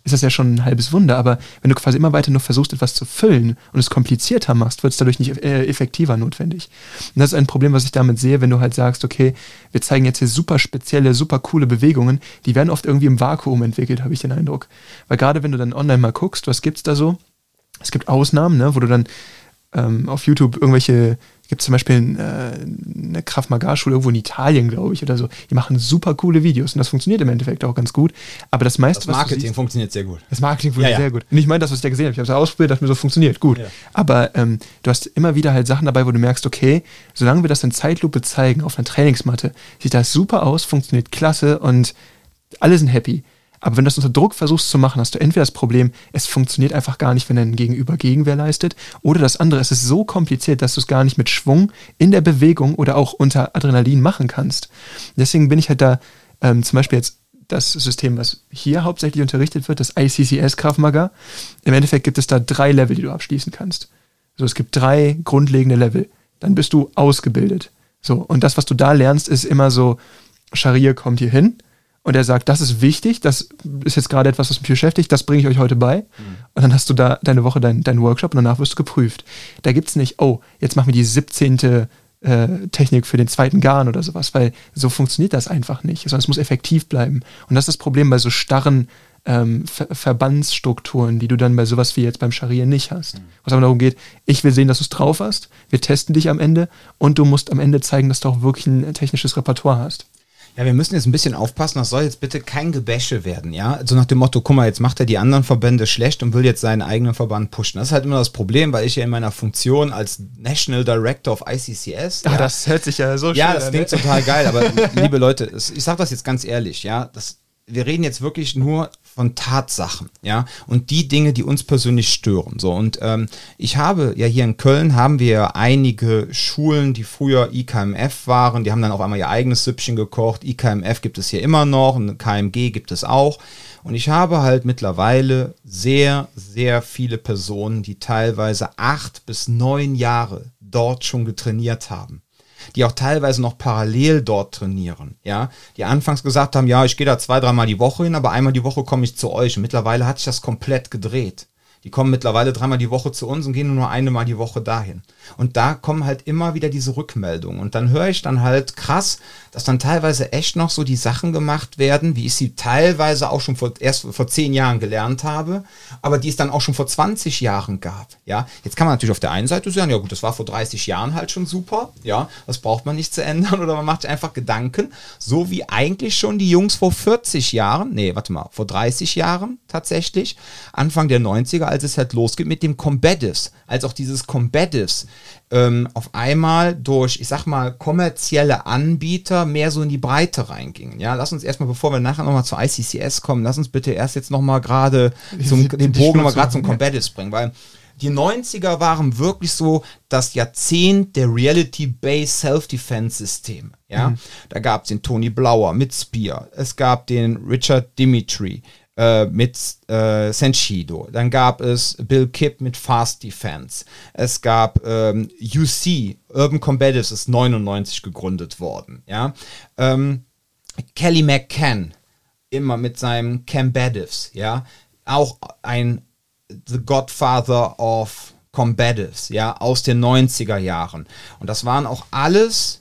ist das ja schon ein halbes Wunder. Aber wenn du quasi immer weiter nur versuchst, etwas zu füllen und es komplizierter machst, wird es dadurch nicht äh, effektiver notwendig. Und das ist ein Problem, was ich damit sehe, wenn du halt sagst, okay, wir zeigen jetzt hier super spezielle, super coole Bewegungen, die werden oft irgendwie im Vakuum entwickelt, habe ich den Eindruck. Weil gerade wenn du dann online mal guckst, was gibt's da so? Es gibt Ausnahmen, ne, wo du dann ähm, auf YouTube irgendwelche, gibt es zum Beispiel äh, eine Krav-Maga-Schule irgendwo in Italien, glaube ich, oder so. Die machen super coole Videos und das funktioniert im Endeffekt auch ganz gut. Aber das meiste,
das Marketing was du siehst, funktioniert sehr gut.
Das Marketing funktioniert ja, ja. sehr gut. Und ich meine das, was ich da gesehen habe. Ich habe es ausprobiert, dachte mir so, funktioniert gut. Ja. Aber ähm, du hast immer wieder halt Sachen dabei, wo du merkst, okay, solange wir das in Zeitlupe zeigen auf einer Trainingsmatte, sieht das super aus, funktioniert klasse und alle sind happy. Aber wenn du das unter Druck versuchst zu machen, hast du entweder das Problem, es funktioniert einfach gar nicht, wenn dein Gegenüber Gegenwehr leistet, oder das andere, es ist so kompliziert, dass du es gar nicht mit Schwung in der Bewegung oder auch unter Adrenalin machen kannst. Deswegen bin ich halt da ähm, zum Beispiel jetzt das System, was hier hauptsächlich unterrichtet wird, das I C C S Krav Maga. Im Endeffekt gibt es da drei Level, die du abschließen kannst. Also es gibt drei grundlegende Level. Dann bist du ausgebildet. So, und das, was du da lernst, ist immer so, Scharia kommt hier hin, und er sagt, das ist wichtig, das ist jetzt gerade etwas, was mich beschäftigt, das bringe ich euch heute bei. Mhm. Und dann hast du da deine Woche deinen dein Workshop und danach wirst du geprüft. Da gibt es nicht, oh, jetzt machen wir die siebzehnte Äh, Technik für den zweiten Garn oder sowas, weil so funktioniert das einfach nicht, sondern es muss effektiv bleiben. Und das ist das Problem bei so starren ähm, Ver- Verbandsstrukturen, die du dann bei sowas wie jetzt beim Scharia nicht hast. Mhm. Was aber darum geht, ich will sehen, dass du es drauf hast, wir testen dich am Ende und du musst am Ende zeigen, dass du auch wirklich ein technisches Repertoire hast.
Ja, wir müssen jetzt ein bisschen aufpassen, das soll jetzt bitte kein Gebäsche werden, ja. So nach dem Motto, guck mal, jetzt macht er die anderen Verbände schlecht und will jetzt seinen eigenen Verband pushen. Das ist halt immer das Problem, weil ich ja in meiner Funktion als National Director of I C C S.
Ach,
ja,
das hört sich ja so schön
an. Ja,
an,
das klingt ne? total geil, aber liebe Leute, ich sag das jetzt ganz ehrlich, ja, das, wir reden jetzt wirklich nur von Tatsachen, ja, und die Dinge, die uns persönlich stören. So, und ähm, ich habe ja hier in Köln haben wir einige Schulen, die früher I K M F waren, die haben dann auf einmal ihr eigenes Süppchen gekocht. I K M F gibt es hier immer noch und K M G gibt es auch. Und ich habe halt mittlerweile sehr, sehr viele Personen, die teilweise acht bis neun Jahre dort schon getrainiert haben, die auch teilweise noch parallel dort trainieren, ja, die anfangs gesagt haben, ja, ich gehe da zwei, dreimal die Woche hin, aber einmal die Woche komme ich zu euch. Und mittlerweile hat sich das komplett gedreht. Die kommen mittlerweile dreimal die Woche zu uns und gehen nur eine Mal die Woche dahin. Und da kommen halt immer wieder diese Rückmeldungen. Und dann höre ich dann halt krass, dass dann teilweise echt noch so die Sachen gemacht werden, wie ich sie teilweise auch schon vor, erst vor zehn Jahren gelernt habe, aber die es dann auch schon vor zwanzig Jahren gab. Ja, jetzt kann man natürlich auf der einen Seite sagen, ja gut, das war vor dreißig Jahren halt schon super. Ja, das braucht man nicht zu ändern oder man macht sich einfach Gedanken, so wie eigentlich schon die Jungs vor vierzig Jahren, nee, warte mal, vor dreißig Jahren tatsächlich, Anfang der neunziger, als es halt losgeht mit dem Combatives, als auch dieses Combatives ähm, auf einmal durch, ich sag mal, kommerzielle Anbieter mehr so in die Breite reingingen. Ja, lass uns erstmal, bevor wir nachher nochmal zur I C C S kommen, lass uns bitte erst jetzt nochmal gerade zum den Bogen nochmal gerade zum Combatives bringen, weil die neunziger waren wirklich so das Jahrzehnt der Reality-Based Self-Defense-Systeme. Ja? Mhm. Da gab es den Tony Blauer mit Spear, es gab den Richard Dimitri äh, mit äh, Senshido, dann gab es Bill Kipp mit Fast Defense, es gab ähm, U C, Urban Combatives, ist neunundneunzig gegründet worden. Ja? Ähm, Kelly McCann, immer mit seinem Combatives, ja, auch ein The Godfather of Combatives, ja, aus den neunziger Jahren. Und das waren auch alles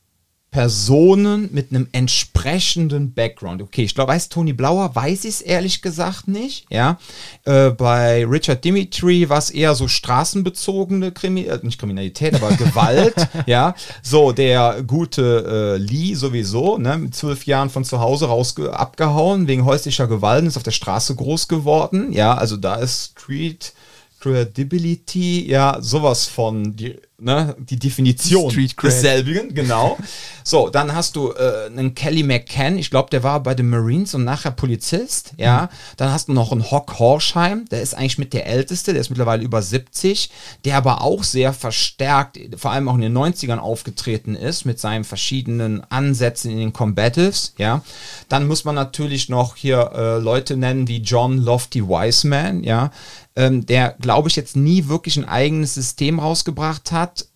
Personen mit einem entsprechenden Background. Okay, ich glaube, weiß Tony Blauer, weiß ich es ehrlich gesagt nicht, ja. Äh, bei Richard Dimitri war es eher so straßenbezogene Krimi- äh, nicht Kriminalität, aber Gewalt, ja. So, der gute äh, Lee sowieso, ne, mit zwölf Jahren von zu Hause raus abgehauen, wegen häuslicher Gewalt, ist auf der Straße groß geworden, ja. Also da ist Street Credibility, ja, sowas von, die, ne, die Definition desselbigen, genau. So, dann hast du äh, einen Kelly McCann, ich glaube, der war bei den Marines und nachher Polizist, ja. Mhm. Dann hast du noch einen Hock Horsheim, der ist eigentlich mit der Älteste, der ist mittlerweile über siebzig, der aber auch sehr verstärkt, vor allem auch in den neunzigern aufgetreten ist, mit seinen verschiedenen Ansätzen in den Combatives, ja. Dann muss man natürlich noch hier äh, Leute nennen wie John Lofty Wiseman, ja, Ähm, der, glaube ich, jetzt nie wirklich ein eigenes System rausgebracht hat,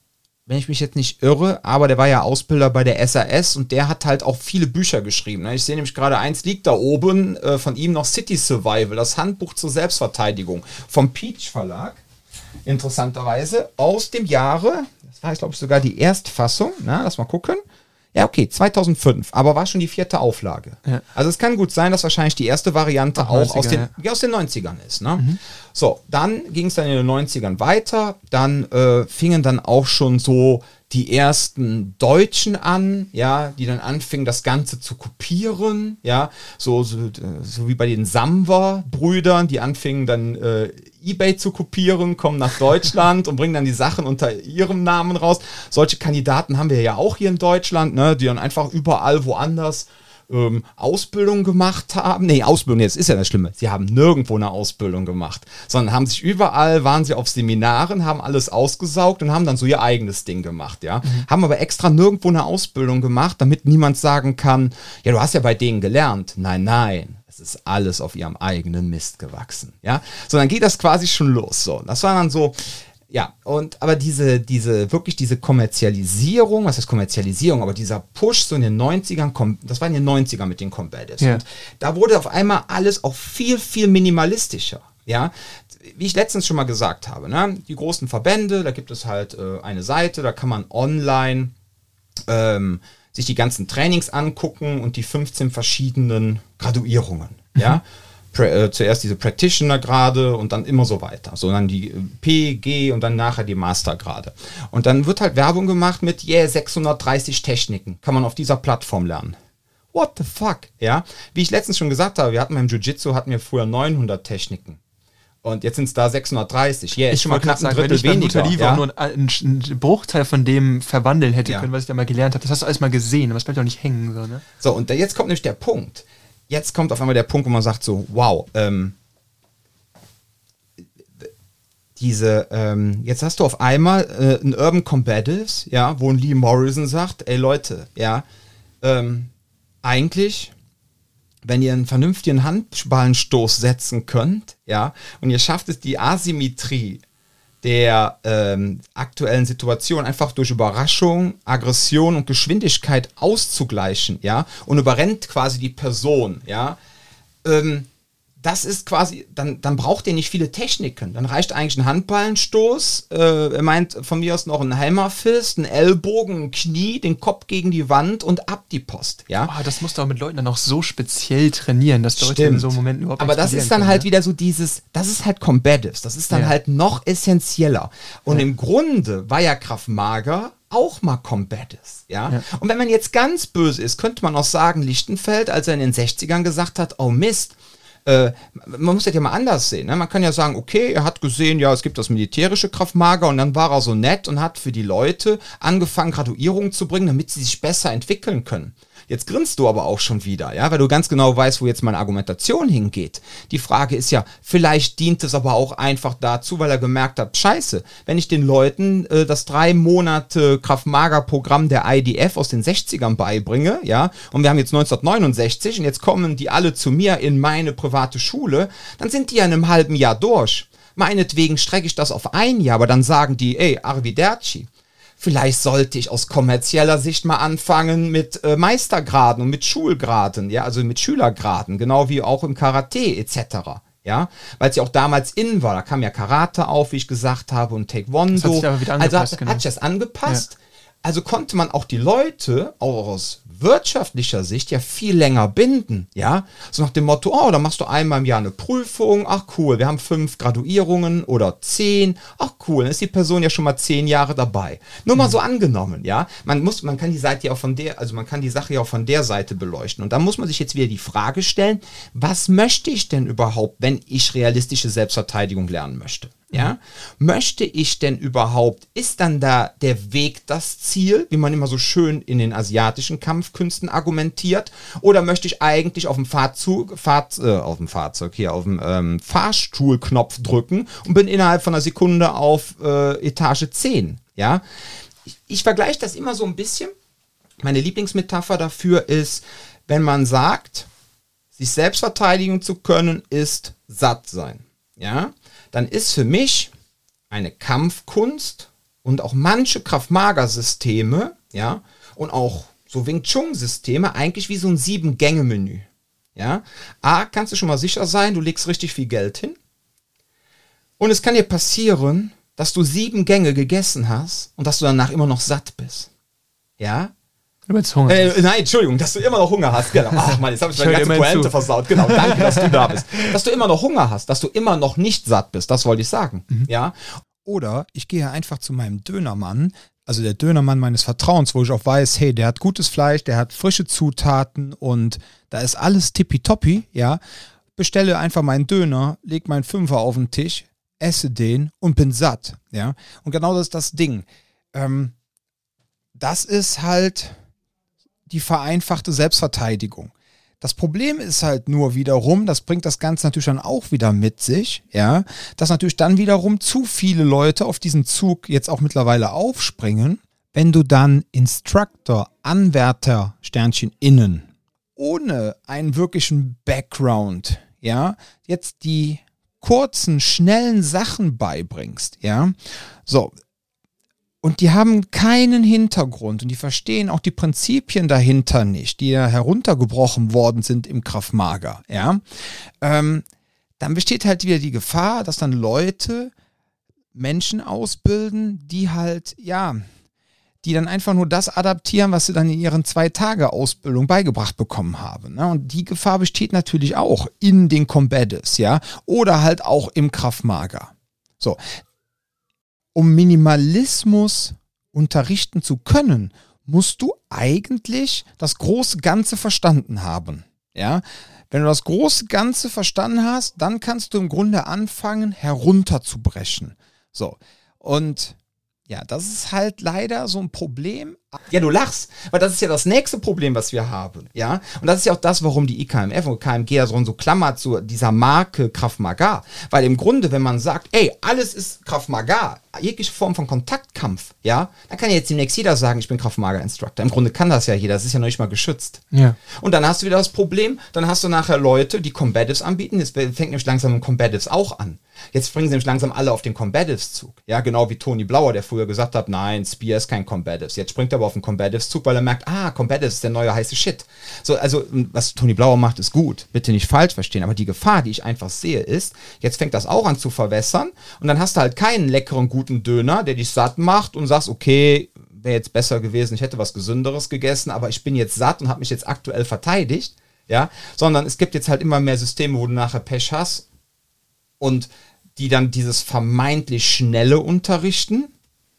wenn ich mich jetzt nicht irre, aber der war ja Ausbilder bei der S A S und der hat halt auch viele Bücher geschrieben. Ne? Ich sehe nämlich gerade, eins liegt da oben, äh, von ihm noch City Survival, das Handbuch zur Selbstverteidigung vom Peach Verlag, interessanterweise, aus dem Jahre, das war, ich glaube, sogar die Erstfassung, na, lass mal gucken. Ja, okay, zweitausendfünf, aber war schon die vierte Auflage. Ja. Also es kann gut sein, dass wahrscheinlich die erste Variante Ach, auch neunziger, aus, den, ja. aus den neunzigern ist. Ne? Mhm. So, dann ging es dann in den neunzigern weiter, dann äh, fingen dann auch schon so die ersten Deutschen an, ja, die dann anfingen, das Ganze zu kopieren, ja, so, so, so wie bei den Samwer-Brüdern, die anfingen dann äh, eBay zu kopieren, kommen nach Deutschland und bringen dann die Sachen unter ihrem Namen raus. Solche Kandidaten haben wir ja auch hier in Deutschland, ne, die dann einfach überall woanders ähm, Ausbildung gemacht haben. Nee, Ausbildung, jetzt ist ja das Schlimme. Sie haben nirgendwo eine Ausbildung gemacht, sondern haben sich überall, waren sie auf Seminaren, haben alles ausgesaugt und haben dann so ihr eigenes Ding gemacht, ja. Mhm. Haben aber extra nirgendwo eine Ausbildung gemacht, damit niemand sagen kann, ja, du hast ja bei denen gelernt. Nein, nein. Es ist alles auf ihrem eigenen Mist gewachsen, ja. So, dann geht das quasi schon los. So, das war dann so, ja, und aber diese, diese, wirklich diese Kommerzialisierung, was heißt Kommerzialisierung, aber dieser Push so in den neunzigern, das war in den neunzigern mit den Combatives. Ja. Und da wurde auf einmal alles auch viel, viel minimalistischer, ja. Wie ich letztens schon mal gesagt habe, ne, die großen Verbände, da gibt es halt äh, eine Seite, da kann man online ähm, sich die ganzen Trainings angucken und die fünfzehn verschiedenen Graduierungen, mhm. ja. Äh, zuerst diese Practitioner-Grade und dann immer so weiter. So dann die P, G und dann nachher die Master-Grade. Und dann wird halt Werbung gemacht mit, yeah, sechshundertdreißig Techniken. Kann man auf dieser Plattform lernen. What the fuck? Ja, wie ich letztens schon gesagt habe, wir hatten beim Jiu-Jitsu, hatten wir früher neunhundert Techniken. Und jetzt sind es da sechshundertdreißig. Yeah, ist schon mal knapp ein Drittel weniger. Wenn ich ja?
auch nur einen, einen Bruchteil von dem verwandeln hätte ja. können, was ich da mal gelernt habe. Das hast du alles mal gesehen, aber es bleibt auch nicht hängen. So, ne?
So, und jetzt kommt nämlich der Punkt. Jetzt kommt auf einmal der Punkt, wo man sagt so, wow, ähm, diese, ähm, jetzt hast du auf einmal äh, ein Urban Combatives, ja, wo ein Lee Morrison sagt, ey Leute, ja, ähm, eigentlich, wenn ihr einen vernünftigen Handballenstoß setzen könnt, ja, und ihr schafft es, die Asymmetrie der ähm, aktuellen Situation einfach durch Überraschung, Aggression und Geschwindigkeit auszugleichen, ja, und überrennt quasi die Person, ja, ähm, das ist quasi, dann, dann braucht ihr nicht viele Techniken, dann reicht eigentlich ein Handballenstoß, äh, er meint von mir aus noch ein Hammerfist, ein Ellbogen, ein Knie, den Kopf gegen die Wand und ab die Post, ja.
Oh, das musst du auch mit Leuten dann auch so speziell trainieren, dass Leute
Stimmt.
in so einem Moment überhaupt
Aber das ist dann können, halt ne? wieder so dieses, das ist halt Combatives, das ist dann ja. halt noch essentieller. Und ja. im Grunde war ja Krav Maga auch mal Combatives, ja? ja. Und wenn man jetzt ganz böse ist, könnte man auch sagen, Lichtenfeld, als er in den sechzigern gesagt hat, oh Mist, Äh, man muss das ja mal anders sehen. Ne? Man kann ja sagen, okay, er hat gesehen, ja, es gibt das militärische Krav Maga und dann war er so nett und hat für die Leute angefangen, Graduierungen zu bringen, damit sie sich besser entwickeln können. Jetzt grinst du aber auch schon wieder, ja, weil du ganz genau weißt, wo jetzt meine Argumentation hingeht. Die Frage ist ja, vielleicht dient es aber auch einfach dazu, weil er gemerkt hat, scheiße, wenn ich den Leuten äh, das drei Monate Krav Maga Programm der I D F aus den sechzigern beibringe, ja, und wir haben jetzt neunzehnhundertneunundsechzig und jetzt kommen die alle zu mir in meine private Schule, dann sind die ja in einem halben Jahr durch. Meinetwegen strecke ich das auf ein Jahr, aber dann sagen die, ey, arrivederci. Vielleicht sollte ich aus kommerzieller Sicht mal anfangen mit äh, Meistergraden und mit Schulgraden, ja, also mit Schülergraden, genau wie auch im Karate et cetera. Ja, weil es ja auch damals in war, da kam ja Karate auf, wie ich gesagt habe, und Taekwondo. Das hat sich aber wieder angepasst, also hat, genau. hat sich das angepasst. Ja. Also konnte man auch die Leute auch aus wirtschaftlicher Sicht ja viel länger binden, ja, so nach dem Motto, oh, da machst du einmal im Jahr eine Prüfung, ach cool, wir haben fünf Graduierungen oder zehn, ach cool, dann ist die Person ja schon mal zehn Jahre dabei. Nur mal mhm. so angenommen, ja, man muss, man kann die Seite ja auch von der, also man kann die Sache ja auch von der Seite beleuchten und da muss man sich jetzt wieder die Frage stellen, was möchte ich denn überhaupt, wenn ich realistische Selbstverteidigung lernen möchte? Ja, mhm. möchte ich denn überhaupt, ist dann da der Weg das Ziel, wie man immer so schön in den asiatischen Kampfkünsten argumentiert, oder möchte ich eigentlich auf dem Fahrzug, Fahrt, äh, auf dem Fahrzeug hier, auf dem ähm, Fahrstuhlknopf drücken und bin innerhalb von einer Sekunde auf äh, Etage zehn, ja? Ich, ich vergleiche das immer so ein bisschen, meine Lieblingsmetapher dafür ist, wenn man sagt, sich selbst verteidigen zu können, ist satt sein, ja? Dann ist für mich eine Kampfkunst und auch manche Krav-Maga-Systeme, ja, und auch so Wing Chun-Systeme eigentlich wie so ein Sieben-Gänge-Menü. Ja, A, kannst du schon mal sicher sein, du legst richtig viel Geld hin. Und es kann dir passieren, dass du sieben Gänge gegessen hast und dass du danach immer noch satt bist. Ja?
Du hast Hunger.
Äh, nein, Entschuldigung, dass du immer noch Hunger hast. Genau. Ach Mann, jetzt habe ich meine ganze Pointe versaut. Genau, danke, dass du da bist. Dass du immer noch Hunger hast, dass du immer noch nicht satt bist, das wollte ich sagen. Mhm. Ja?
Oder ich gehe einfach zu meinem Dönermann, also der Dönermann meines Vertrauens, wo ich auch weiß, hey, der hat gutes Fleisch, der hat frische Zutaten und da ist alles tippitoppi, ja. Bestelle einfach meinen Döner, leg meinen Fünfer auf den Tisch, esse den und bin satt, ja. Und genau das ist das Ding. Ähm, das ist halt die vereinfachte Selbstverteidigung. Das Problem ist halt nur wiederum, das bringt das Ganze natürlich dann auch wieder mit sich, ja, dass natürlich dann wiederum zu viele Leute auf diesen Zug jetzt auch mittlerweile aufspringen, wenn du dann Instructor, Anwärter, Sternchen innen, ohne einen wirklichen Background, ja, jetzt die kurzen, schnellen Sachen beibringst, ja, so. Und die haben keinen Hintergrund und die verstehen auch die Prinzipien dahinter nicht, die ja heruntergebrochen worden sind im Krav-Maga, ja. Ähm, dann besteht halt wieder die Gefahr, dass dann Leute Menschen ausbilden, die halt, ja, die dann einfach nur das adaptieren, was sie dann in ihren zwei Tage Ausbildung beigebracht bekommen haben. Ne? Und die Gefahr besteht natürlich auch in den Combatives, ja, oder halt auch im Krav-Maga. So. Um Minimalismus unterrichten zu können, musst du eigentlich das große Ganze verstanden haben. Ja? Wenn du das große Ganze verstanden hast, dann kannst du im Grunde anfangen, herunterzubrechen. So. Und ja, das ist halt leider so ein Problem.
Ja, du lachst, weil das ist ja das nächste Problem, was wir haben, ja. Und das ist ja auch das, warum die I K M F und K M G ja so klammert zu dieser Marke Krav-Maga. Weil im Grunde, wenn man sagt, ey, alles ist Krav-Maga, jegliche Form von Kontaktkampf, ja, dann kann ja jetzt demnächst jeder sagen, ich bin Krav-Maga-Instructor. Im Grunde kann das ja jeder, das ist ja noch nicht mal geschützt.
Ja.
Und dann hast du wieder das Problem, dann hast du nachher Leute, die Combatives anbieten, jetzt fängt nämlich langsam mit Combatives auch an. Jetzt springen sie nämlich langsam alle auf den Combatives-Zug. Ja, genau wie Tony Blauer, der früher gesagt hat, nein, Spear ist kein Combatives. Jetzt springt er aber auf den Combatives-Zug, weil er merkt, ah, Combatives ist der neue heiße Shit. So, also, was Tony Blauer macht, ist gut. Bitte nicht falsch verstehen. Aber die Gefahr, die ich einfach sehe, ist, jetzt fängt das auch an zu verwässern und dann hast du halt keinen leckeren, guten Döner, der dich satt macht und sagst, okay, wäre jetzt besser gewesen, ich hätte was Gesünderes gegessen, aber ich bin jetzt satt und habe mich jetzt aktuell verteidigt. Ja, sondern es gibt jetzt halt immer mehr Systeme, wo du nachher Pech hast und die dann dieses vermeintlich Schnelle unterrichten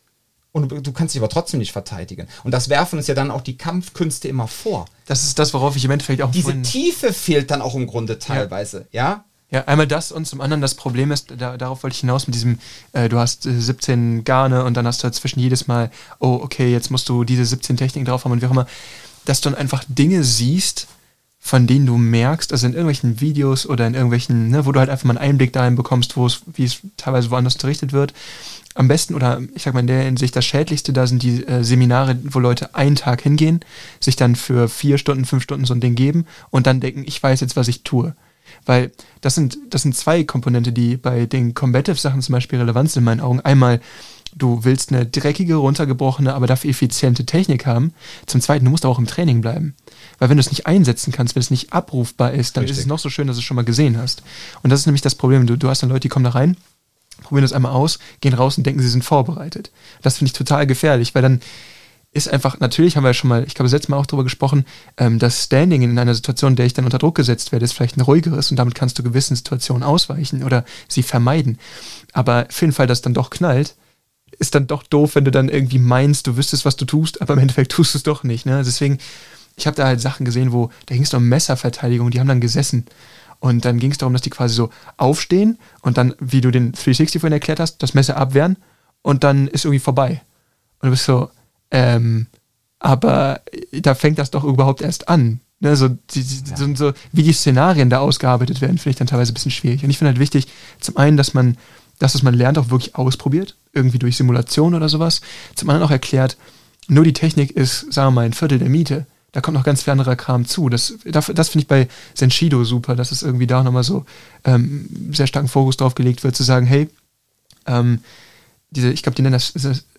und du, du kannst dich aber trotzdem nicht verteidigen. Und das werfen uns ja dann auch die Kampfkünste immer vor.
Das ist das, worauf ich im Endeffekt auch...
Diese Tiefe fehlt dann auch im Grunde teilweise, ja?
Ja, einmal das und zum anderen das Problem ist, da, darauf wollte ich hinaus mit diesem, äh, du hast äh, siebzehn Garne und dann hast du dazwischen jedes Mal, oh, okay, jetzt musst du diese siebzehn Techniken drauf haben und wie auch immer, dass du dann einfach Dinge siehst, von denen du merkst, also in irgendwelchen Videos oder in irgendwelchen, ne, wo du halt einfach mal einen Einblick dahin bekommst, wo es, wie es teilweise woanders unterrichtet wird. Am besten, oder ich sag mal in der Hinsicht das Schädlichste, da sind die äh, Seminare, wo Leute einen Tag hingehen, sich dann für vier Stunden, fünf Stunden so ein Ding geben und dann denken, ich weiß jetzt, was ich tue. Weil das sind, das sind zwei Komponente, die bei den Combative-Sachen zum Beispiel relevant sind in meinen Augen. Einmal, du willst eine dreckige, runtergebrochene, aber dafür effiziente Technik haben. Zum Zweiten, du musst auch im Training bleiben. Weil wenn du es nicht einsetzen kannst, wenn es nicht abrufbar ist, dann Richtig. Ist es noch so schön, dass du es schon mal gesehen hast. Und das ist nämlich das Problem. Du, du hast dann Leute, die kommen da rein, probieren das einmal aus, gehen raus und denken, sie sind vorbereitet. Das finde ich total gefährlich, weil dann ist einfach, natürlich haben wir ja schon mal, ich glaube, das letzte Mal auch darüber gesprochen, ähm, das Standing in einer Situation, in der ich dann unter Druck gesetzt werde, ist vielleicht ein ruhigeres und damit kannst du gewissen Situationen ausweichen oder sie vermeiden. Aber für den Fall, dass es dann doch knallt, ist dann doch doof, wenn du dann irgendwie meinst, du wüsstest, was du tust, aber im Endeffekt tust du es doch nicht. Ne? Deswegen, ich habe da halt Sachen gesehen, wo, da ging es um Messerverteidigung, die haben dann gesessen. Und dann ging es darum, dass die quasi so aufstehen und dann, wie du den dreihundertsechzig vorhin erklärt hast, das Messer abwehren und dann ist irgendwie vorbei. Und du bist so, ähm, aber da fängt das doch überhaupt erst an. Ne? So, die, die, ja. so, so, wie die Szenarien da ausgearbeitet werden, finde ich dann teilweise ein bisschen schwierig. Und ich finde halt wichtig, zum einen, dass man das, was man lernt, auch wirklich ausprobiert, irgendwie durch Simulation oder sowas. Zum anderen auch erklärt, nur die Technik ist, sagen wir mal, ein Viertel der Miete. Da kommt noch ganz viel anderer Kram zu. Das, das, das finde ich bei Senshido super, dass es irgendwie da auch nochmal so ähm, sehr starken Fokus drauf gelegt wird, zu sagen, hey, ähm, diese, ich glaube, die nennen das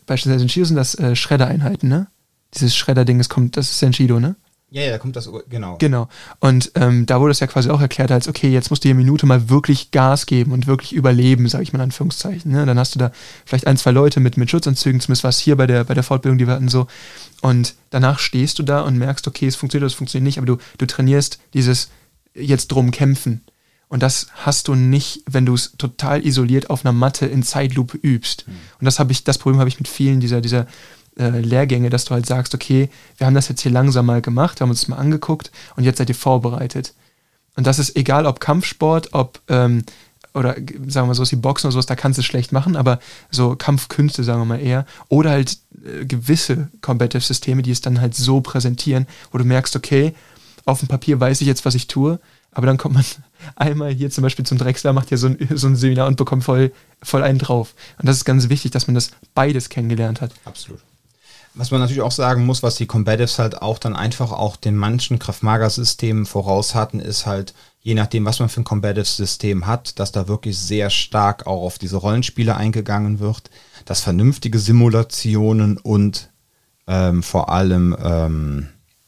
beispielsweise in Shido sind das äh, Schredder-Einheiten, ne? Dieses Schredder-Ding, das kommt, das ist ja in Shido, ne?
Ja, ja, da kommt das, genau.
Genau. Und ähm, da wurde es ja quasi auch erklärt als, okay, jetzt musst du hier eine Minute mal wirklich Gas geben und wirklich überleben, sage ich mal in Anführungszeichen. Ne? Dann hast du da vielleicht ein, zwei Leute mit, mit Schutzanzügen, zumindest war es hier bei der, bei der Fortbildung, die wir hatten so. Und danach stehst du da und merkst, okay, es funktioniert oder es funktioniert nicht, aber du, du trainierst dieses jetzt drum kämpfen. Und das hast du nicht, wenn du es total isoliert auf einer Matte in Zeitlupe übst. Mhm. Und das habe ich, das Problem habe ich mit vielen dieser, dieser äh, Lehrgänge, dass du halt sagst, okay, wir haben das jetzt hier langsam mal gemacht, wir haben uns das mal angeguckt und jetzt seid ihr vorbereitet. Und das ist egal, ob Kampfsport, ob, ähm, oder sagen wir mal so, ist die Boxen oder sowas, da kannst du es schlecht machen, aber so Kampfkünste, sagen wir mal eher, oder halt äh, gewisse Competitive-Systeme, die es dann halt so präsentieren, wo du merkst, okay, auf dem Papier weiß ich jetzt, was ich tue, aber dann kommt man einmal hier zum Beispiel zum Drechsler, macht hier so ein, so ein Seminar und bekommt voll, voll einen drauf. Und das ist ganz wichtig, dass man das beides kennengelernt hat.
Absolut. Was man natürlich auch sagen muss, was die Combatives halt auch dann einfach auch den manchen Krav-Maga-Systemen voraus hatten, ist halt, je nachdem, was man für ein Combatives-System hat, dass da wirklich sehr stark auch auf diese Rollenspiele eingegangen wird, dass vernünftige Simulationen und ähm, vor allem ähm,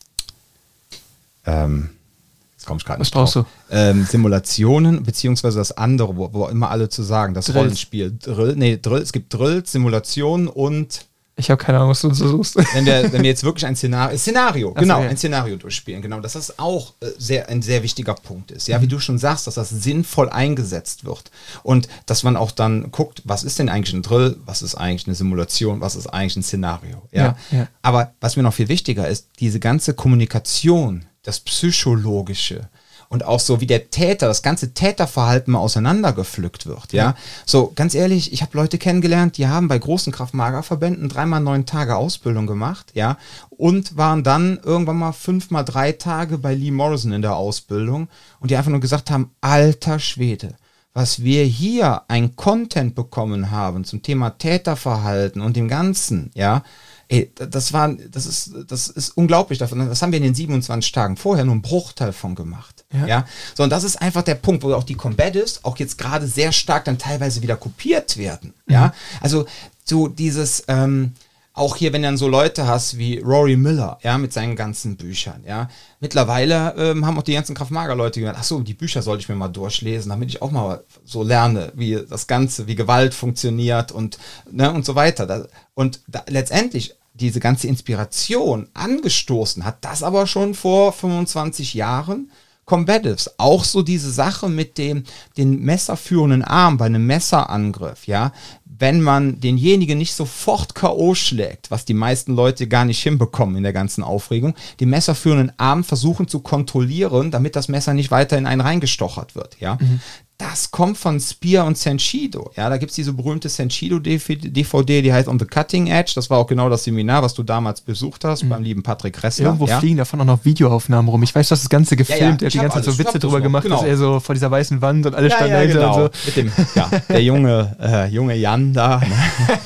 ähm, jetzt komme ich gerade nicht
Was
drauf.
brauchst du?
Ähm, Simulationen, beziehungsweise das andere, wo, wo immer alle zu sagen, das
Drills.
Rollenspiel. Drill, nee, Drill, es gibt Drills, Simulationen und
Ich habe keine Ahnung, was du so suchst.
wenn wir, wenn wir jetzt wirklich ein Szenario, Szenario,
Ach
genau,
so, ja.
ein Szenario durchspielen, genau, dass das auch äh, sehr, ein sehr wichtiger Punkt ist. Ja, wie du schon sagst, dass das sinnvoll eingesetzt wird und dass man auch dann guckt, was ist denn eigentlich ein Drill, was ist eigentlich eine Simulation, was ist eigentlich ein Szenario. Ja,
Ja, ja.
aber was mir noch viel wichtiger ist, diese ganze Kommunikation, das Psychologische, und auch so, wie der Täter, das ganze Täterverhalten mal auseinandergepflückt wird, ja.
Ja.
So, ganz ehrlich, ich habe Leute kennengelernt, die haben bei großen Krav-Maga-Verbänden dreimal neun Tage Ausbildung gemacht, ja, und waren dann irgendwann mal fünfmal drei Tage bei Lee Morrison in der Ausbildung und die einfach nur gesagt haben, alter Schwede, was wir hier ein Content bekommen haben zum Thema Täterverhalten und dem Ganzen, ja, ey, das war, das ist, das ist unglaublich davon. Das haben wir in den siebenundzwanzig Tagen vorher nur einen Bruchteil von gemacht. Ja. ja? So, und das ist einfach der Punkt, wo auch die Combatives auch jetzt gerade sehr stark dann teilweise wieder kopiert werden. Mhm. Ja, also so dieses, ähm, auch hier, wenn du dann so Leute hast wie Rory Miller, ja, mit seinen ganzen Büchern, ja. Mittlerweile ähm, haben auch die ganzen Krav-Maga-Leute gesagt, ach so, die Bücher sollte ich mir mal durchlesen, damit ich auch mal so lerne, wie das Ganze, wie Gewalt funktioniert und, ne, und so weiter. Da, und da, letztendlich diese ganze Inspiration angestoßen hat das aber schon vor fünfundzwanzig Jahren Combatives. Auch so diese Sache mit dem den messerführenden Arm bei einem Messerangriff, ja, wenn man denjenigen nicht sofort K O schlägt, was die meisten Leute gar nicht hinbekommen in der ganzen Aufregung, den messerführenden Arm versuchen zu kontrollieren, damit das Messer nicht weiter in einen reingestochert wird, ja. Mhm. Das kommt von Spear und Senshido. Ja, da gibt es diese berühmte Senshido-D V D, die heißt On the Cutting Edge. Das war auch genau das Seminar, was du damals besucht hast, mhm. beim lieben Patrick Ressler.
Irgendwo
ja?
fliegen davon auch noch Videoaufnahmen rum. Ich weiß, dass das Ganze gefilmt,
ja, ja,
der hat die ganze Zeit so Witze drüber gemacht,
genau.
dass er so vor dieser weißen Wand und alle
ja,
standen
ja,
dahinter
genau.
und so.
Mit dem, ja, der junge, äh, junge Jan da. Ne?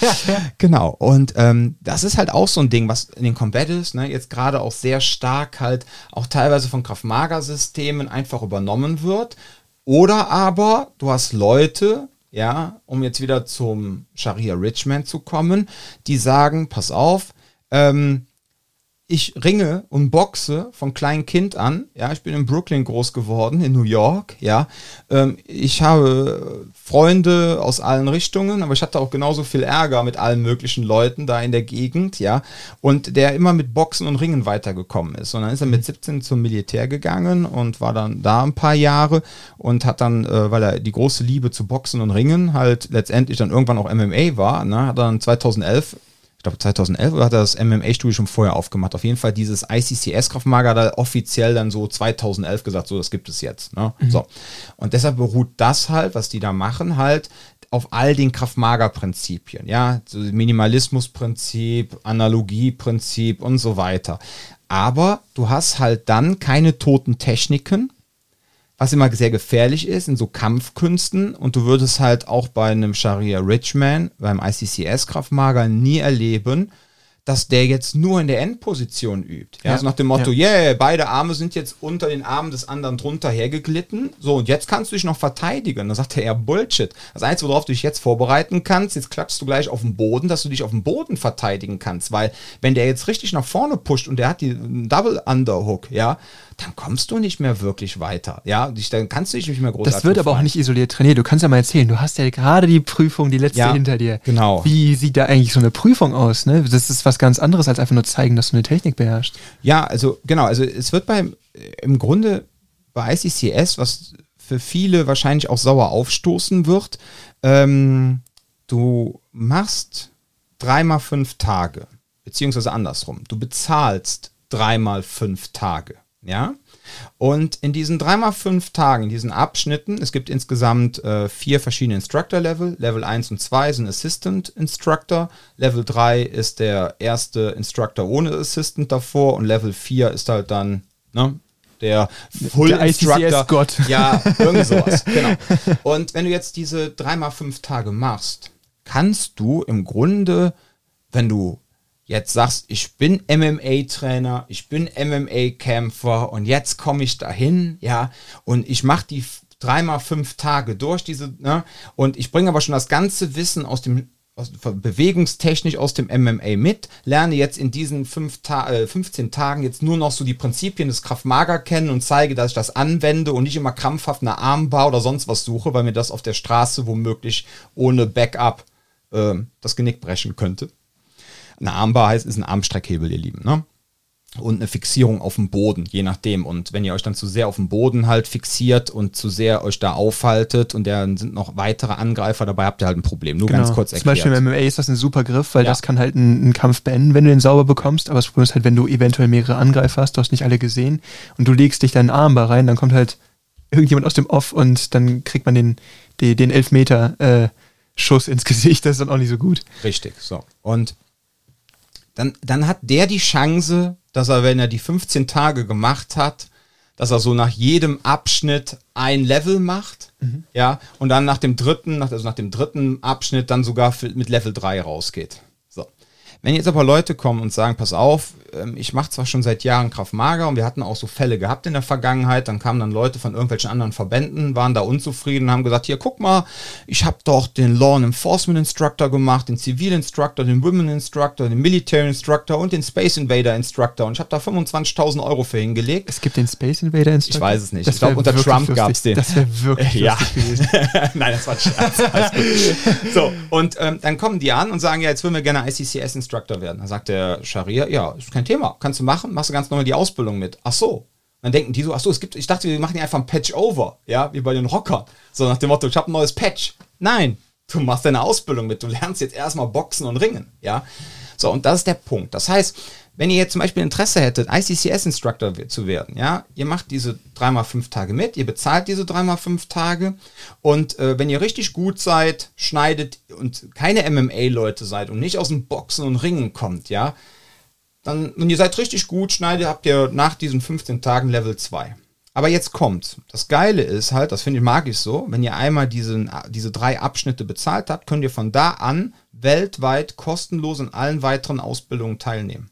Genau. Und ähm, das ist halt auch so ein Ding, was in den Combatives, ne, jetzt gerade auch sehr stark halt auch teilweise von Krav-Maga-Systemen einfach übernommen wird. Oder aber du hast Leute, ja, um jetzt wieder zum Sharia Richman zu kommen, die sagen, pass auf, ähm, ich ringe und boxe von kleinem Kind an, ja, ich bin in Brooklyn groß geworden, in New York, ja, ähm, ich habe Freunde aus allen Richtungen, aber ich hatte auch genauso viel Ärger mit allen möglichen Leuten da in der Gegend, ja, und der immer mit Boxen und Ringen weitergekommen ist. Und dann ist er mit siebzehn zum Militär gegangen und war dann da ein paar Jahre und hat dann, äh, weil er die große Liebe zu Boxen und Ringen halt letztendlich dann irgendwann auch M M A war, ne, hat dann zweitausendelf ich glaube zweitausendelf oder hat er das M M A-Studio schon vorher aufgemacht? Auf jeden Fall dieses I C C S Krav-Maga hat er offiziell dann so zweitausendelf gesagt, so das gibt es jetzt. Ne? Mhm. So. Und deshalb beruht das halt, was die da machen, halt auf all den Krav-Maga-Prinzipien. Ja, so Minimalismus-Prinzip, Analogie-Prinzip und so weiter. Aber du hast halt dann keine toten Techniken, was immer sehr gefährlich ist in so Kampfkünsten, und du würdest halt auch bei einem Sharia Richman, beim I C C S Krav Maga nie erleben, dass der jetzt nur in der Endposition übt. Ja,
Ja.
so nach dem Motto,
Ja.
yeah, beide Arme sind jetzt unter den Armen des anderen drunter hergeglitten. So, und jetzt kannst du dich noch verteidigen. Dann sagt er eher Bullshit. Das Einzige, worauf du dich jetzt vorbereiten kannst, jetzt klatschst du gleich auf den Boden, dass du dich auf dem Boden verteidigen kannst. Weil, wenn der jetzt richtig nach vorne pusht und der hat die Double Underhook, ja, dann kommst du nicht mehr wirklich weiter. Ja, dich, dann kannst du dich nicht mehr großartig
Das wird aber auch
befreien.
nicht isoliert trainiert. Du kannst ja mal erzählen, du hast ja gerade die Prüfung, die letzte
Ja,
hinter dir.
genau.
Wie sieht da eigentlich so eine Prüfung aus? Ne? Das ist was ganz anderes, als einfach nur zeigen, dass du eine Technik beherrschst.
Ja, also genau, also es wird beim, im Grunde bei I C C S, was für viele wahrscheinlich auch sauer aufstoßen wird, ähm, du machst dreimal fünf Tage, beziehungsweise andersrum, du bezahlst dreimal fünf Tage, ja, und in diesen dreimal fünf Tagen, in diesen Abschnitten, es gibt insgesamt äh, vier verschiedene Instructor-Level. Level eins und zwei sind Assistant Instructor. Level drei ist der erste Instructor ohne Assistant davor. Und Level vier ist halt dann ne, der Full
Der I C C
Instructor.
S-Gott.
Ja, irgendwie sowas. Genau. Und wenn du jetzt diese dreimal fünf Tage machst, kannst du im Grunde, wenn du jetzt sagst, ich bin M M A-Trainer, ich bin M M A-Kämpfer und jetzt komme ich dahin, ja, und ich mache die f- dreimal fünf Tage durch, diese, ne, und ich bringe aber schon das ganze Wissen aus dem, aus, bewegungstechnisch aus dem M M A mit, lerne jetzt in diesen fünf Ta- äh, fünfzehn Tagen jetzt nur noch so die Prinzipien des Krav Maga kennen und zeige, dass ich das anwende und nicht immer krampfhaft eine Armbar oder sonst was suche, weil mir das auf der Straße womöglich ohne Backup äh, das Genick brechen könnte. Eine Armbar heißt, ist ein Armstreckhebel, ihr Lieben, ne? Und eine Fixierung auf dem Boden, je nachdem. Und wenn ihr euch dann zu sehr auf dem Boden halt fixiert und zu sehr euch da aufhaltet und dann sind noch weitere Angreifer dabei, habt ihr halt ein Problem. Nur ganz kurz
Zum Beispiel
erklärt.
im M M A ist das ein super Griff, weil
Ja.
das kann halt einen, einen Kampf beenden, wenn du den sauber bekommst. Aber das Problem ist halt, wenn du eventuell mehrere Angreifer hast, du hast nicht alle gesehen und du legst dich deinen Armbar rein, dann kommt halt irgendjemand aus dem Off und dann kriegt man den, den, den Elfmeter äh, Schuss ins Gesicht. Das ist dann auch nicht so gut.
Richtig, so. Und dann, dann hat der die Chance, dass er, wenn er die fünfzehn Tage gemacht hat, dass er so nach jedem Abschnitt ein Level macht,
Mhm.
ja, und dann nach dem dritten, nach, also nach dem dritten Abschnitt dann sogar für, mit Level drei rausgeht. So. Wenn jetzt aber Leute kommen und sagen, pass auf, ähm, ich mache zwar schon seit Jahren Krav Maga und wir hatten auch so Fälle gehabt in der Vergangenheit, dann kamen dann Leute von irgendwelchen anderen Verbänden, waren da unzufrieden und haben gesagt, hier, guck mal, ich habe doch den Law Enforcement Instructor gemacht, den Civil Instructor, den Women Instructor, den Military Instructor und den Space Invader Instructor und ich habe da fünfundzwanzigtausend Euro für hingelegt.
Es gibt den Space Invader Instructor.
Ich weiß es nicht.
Das
Ich glaube,
wär
unter
wirklich
Trump
lustig.
gab's den.
Das wäre wirklich
Ja.
lustig gewesen.
Nein, das war ein Scherz. Alles gut. So, und ähm, dann kommen die an und sagen, ja, jetzt würden wir gerne I C C S-Instructor werden. Dann sagt der Scharia, ja, ist kein Thema, kannst du machen, machst du ganz normal die Ausbildung mit. Ach so. Dann denken die so, ach so, es gibt, ich dachte, wir machen hier einfach ein Patch-Over, ja, wie bei den Rockern. So nach dem Motto, ich habe ein neues Patch. Nein, du machst deine Ausbildung mit, du lernst jetzt erstmal Boxen und Ringen, ja. So, und das ist der Punkt. Das heißt, wenn ihr jetzt zum Beispiel Interesse hättet, I C C S-Instructor zu werden, ja, ihr macht diese dreimal fünf Tage mit, ihr bezahlt diese dreimal fünf Tage und äh, wenn ihr richtig gut seid, schneidet und keine M M A-Leute seid und nicht aus dem Boxen und Ringen kommt, ja, dann, und ihr seid richtig gut, schneidet, habt ihr nach diesen fünfzehn Tagen Level zwei. Aber jetzt kommt's. Das Geile ist halt, das finde ich magisch so, wenn ihr einmal diesen, diese drei Abschnitte bezahlt habt, könnt ihr von da an weltweit kostenlos in allen weiteren Ausbildungen teilnehmen.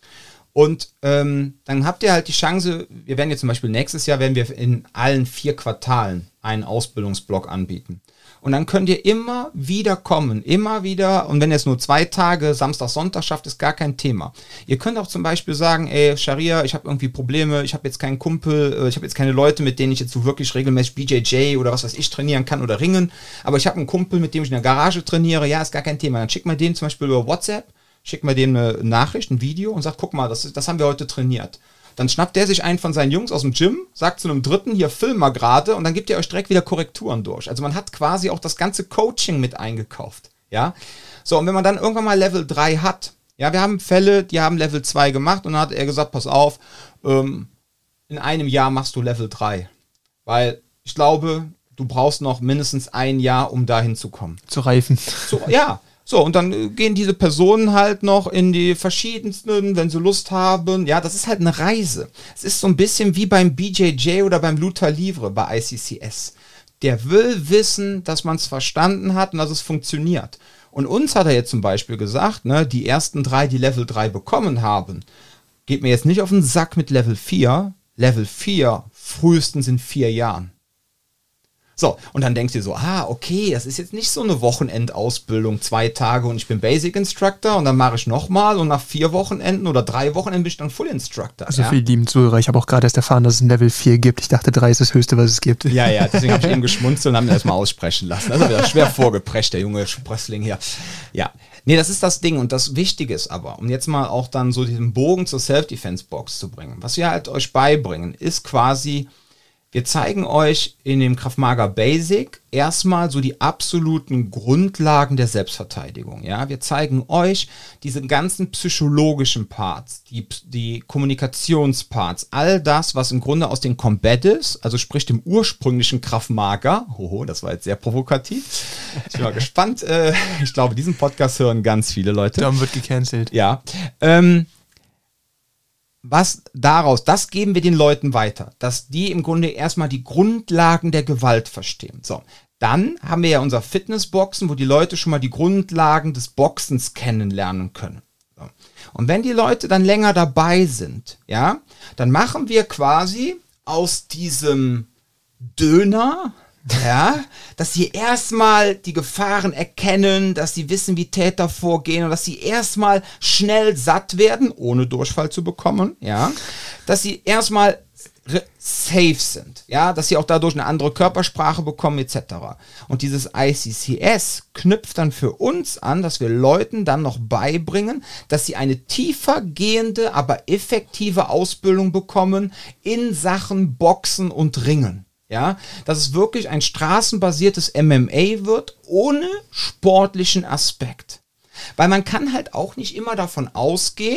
Und ähm, dann habt ihr halt die Chance, wir werden jetzt zum Beispiel nächstes Jahr, werden wir in allen vier Quartalen einen Ausbildungsblock anbieten. Und dann könnt ihr immer wieder kommen, immer wieder, und wenn ihr es nur zwei Tage, Samstag, Sonntag schafft, ist gar kein Thema. Ihr könnt auch zum Beispiel sagen, ey, Scharia, ich habe irgendwie Probleme, ich habe jetzt keinen Kumpel, ich habe jetzt keine Leute, mit denen ich jetzt so wirklich regelmäßig B J J oder was weiß ich trainieren kann oder ringen, aber ich habe einen Kumpel, mit dem ich in der Garage trainiere, ja, ist gar kein Thema. Dann schickt mal den zum Beispiel über WhatsApp, schickt mal dem eine Nachricht, ein Video und sagt, guck mal, das, das haben wir heute trainiert. Dann schnappt der sich einen von seinen Jungs aus dem Gym, sagt zu einem Dritten, hier, film mal gerade, und dann gibt ihr euch direkt wieder Korrekturen durch. Also man hat quasi auch das ganze Coaching mit eingekauft, ja. So, und wenn man dann irgendwann mal Level drei hat, ja, wir haben Fälle, die haben Level zwei gemacht und dann hat er gesagt, pass auf, ähm, in einem Jahr machst du Level drei. Weil ich glaube, du brauchst noch mindestens ein Jahr, um dahin zu kommen.
Zu reifen.
So, ja. So, und dann äh, gehen diese Personen halt noch in die verschiedensten, wenn sie Lust haben. Ja, das ist halt eine Reise. Es ist so ein bisschen wie beim B J J oder beim Luta Livre bei I C C S. Der will wissen, dass man es verstanden hat und dass es funktioniert. Und uns hat er jetzt zum Beispiel gesagt, ne, die ersten drei, die Level drei bekommen haben, geht mir jetzt nicht auf den Sack mit Level vier. Level vier frühestens in vier Jahren. So, und dann denkst du dir so, ah, okay, das ist jetzt nicht so eine Wochenendausbildung, zwei Tage und ich bin Basic Instructor und dann mache ich nochmal und nach vier Wochenenden oder drei Wochenenden bin ich dann Full Instructor.
Also
ja?
für die lieben Zuhörer, ich habe auch gerade erst erfahren, dass es ein Level vier gibt. Ich dachte, drei ist das Höchste, was es gibt.
Ja, ja, deswegen habe ich eben geschmunzelt und habe ihn erstmal aussprechen lassen. Das ist wieder schwer vorgeprescht, der junge Sprössling hier. Ja, nee, das ist das Ding und das Wichtige ist aber, um jetzt mal auch dann so diesen Bogen zur Self-Defense-Box zu bringen, was wir halt euch beibringen, ist quasi, wir zeigen euch in dem Krav Maga Basic erstmal so die absoluten Grundlagen der Selbstverteidigung. Ja, wir zeigen euch diese ganzen psychologischen Parts, die, die Kommunikationsparts, all das, was im Grunde aus den Combatives, also sprich dem ursprünglichen Krav Maga, hoho, das war jetzt sehr provokativ. Ich bin mal gespannt. Äh, ich glaube, diesen Podcast hören ganz viele Leute.
Dom wird gecancelt.
Ja. Ähm, Was daraus, das geben wir den Leuten weiter, dass die im Grunde erstmal die Grundlagen der Gewalt verstehen. So, dann haben wir ja unser Fitnessboxen, wo die Leute schon mal die Grundlagen des Boxens kennenlernen können. So. Und wenn die Leute dann länger dabei sind, ja, dann machen wir quasi aus diesem Döner, ja, dass sie erstmal die Gefahren erkennen, dass sie wissen, wie Täter vorgehen und dass sie erstmal schnell satt werden, ohne Durchfall zu bekommen, ja, dass sie erstmal safe sind, ja, dass sie auch dadurch eine andere Körpersprache bekommen et cetera. Und dieses I C C S knüpft dann für uns an, dass wir Leuten dann noch beibringen, dass sie eine tiefer gehende, aber effektive Ausbildung bekommen in Sachen Boxen und Ringen. Ja, dass es wirklich ein straßenbasiertes M M A wird, ohne sportlichen Aspekt. Weil man kann halt auch nicht immer davon ausgehen,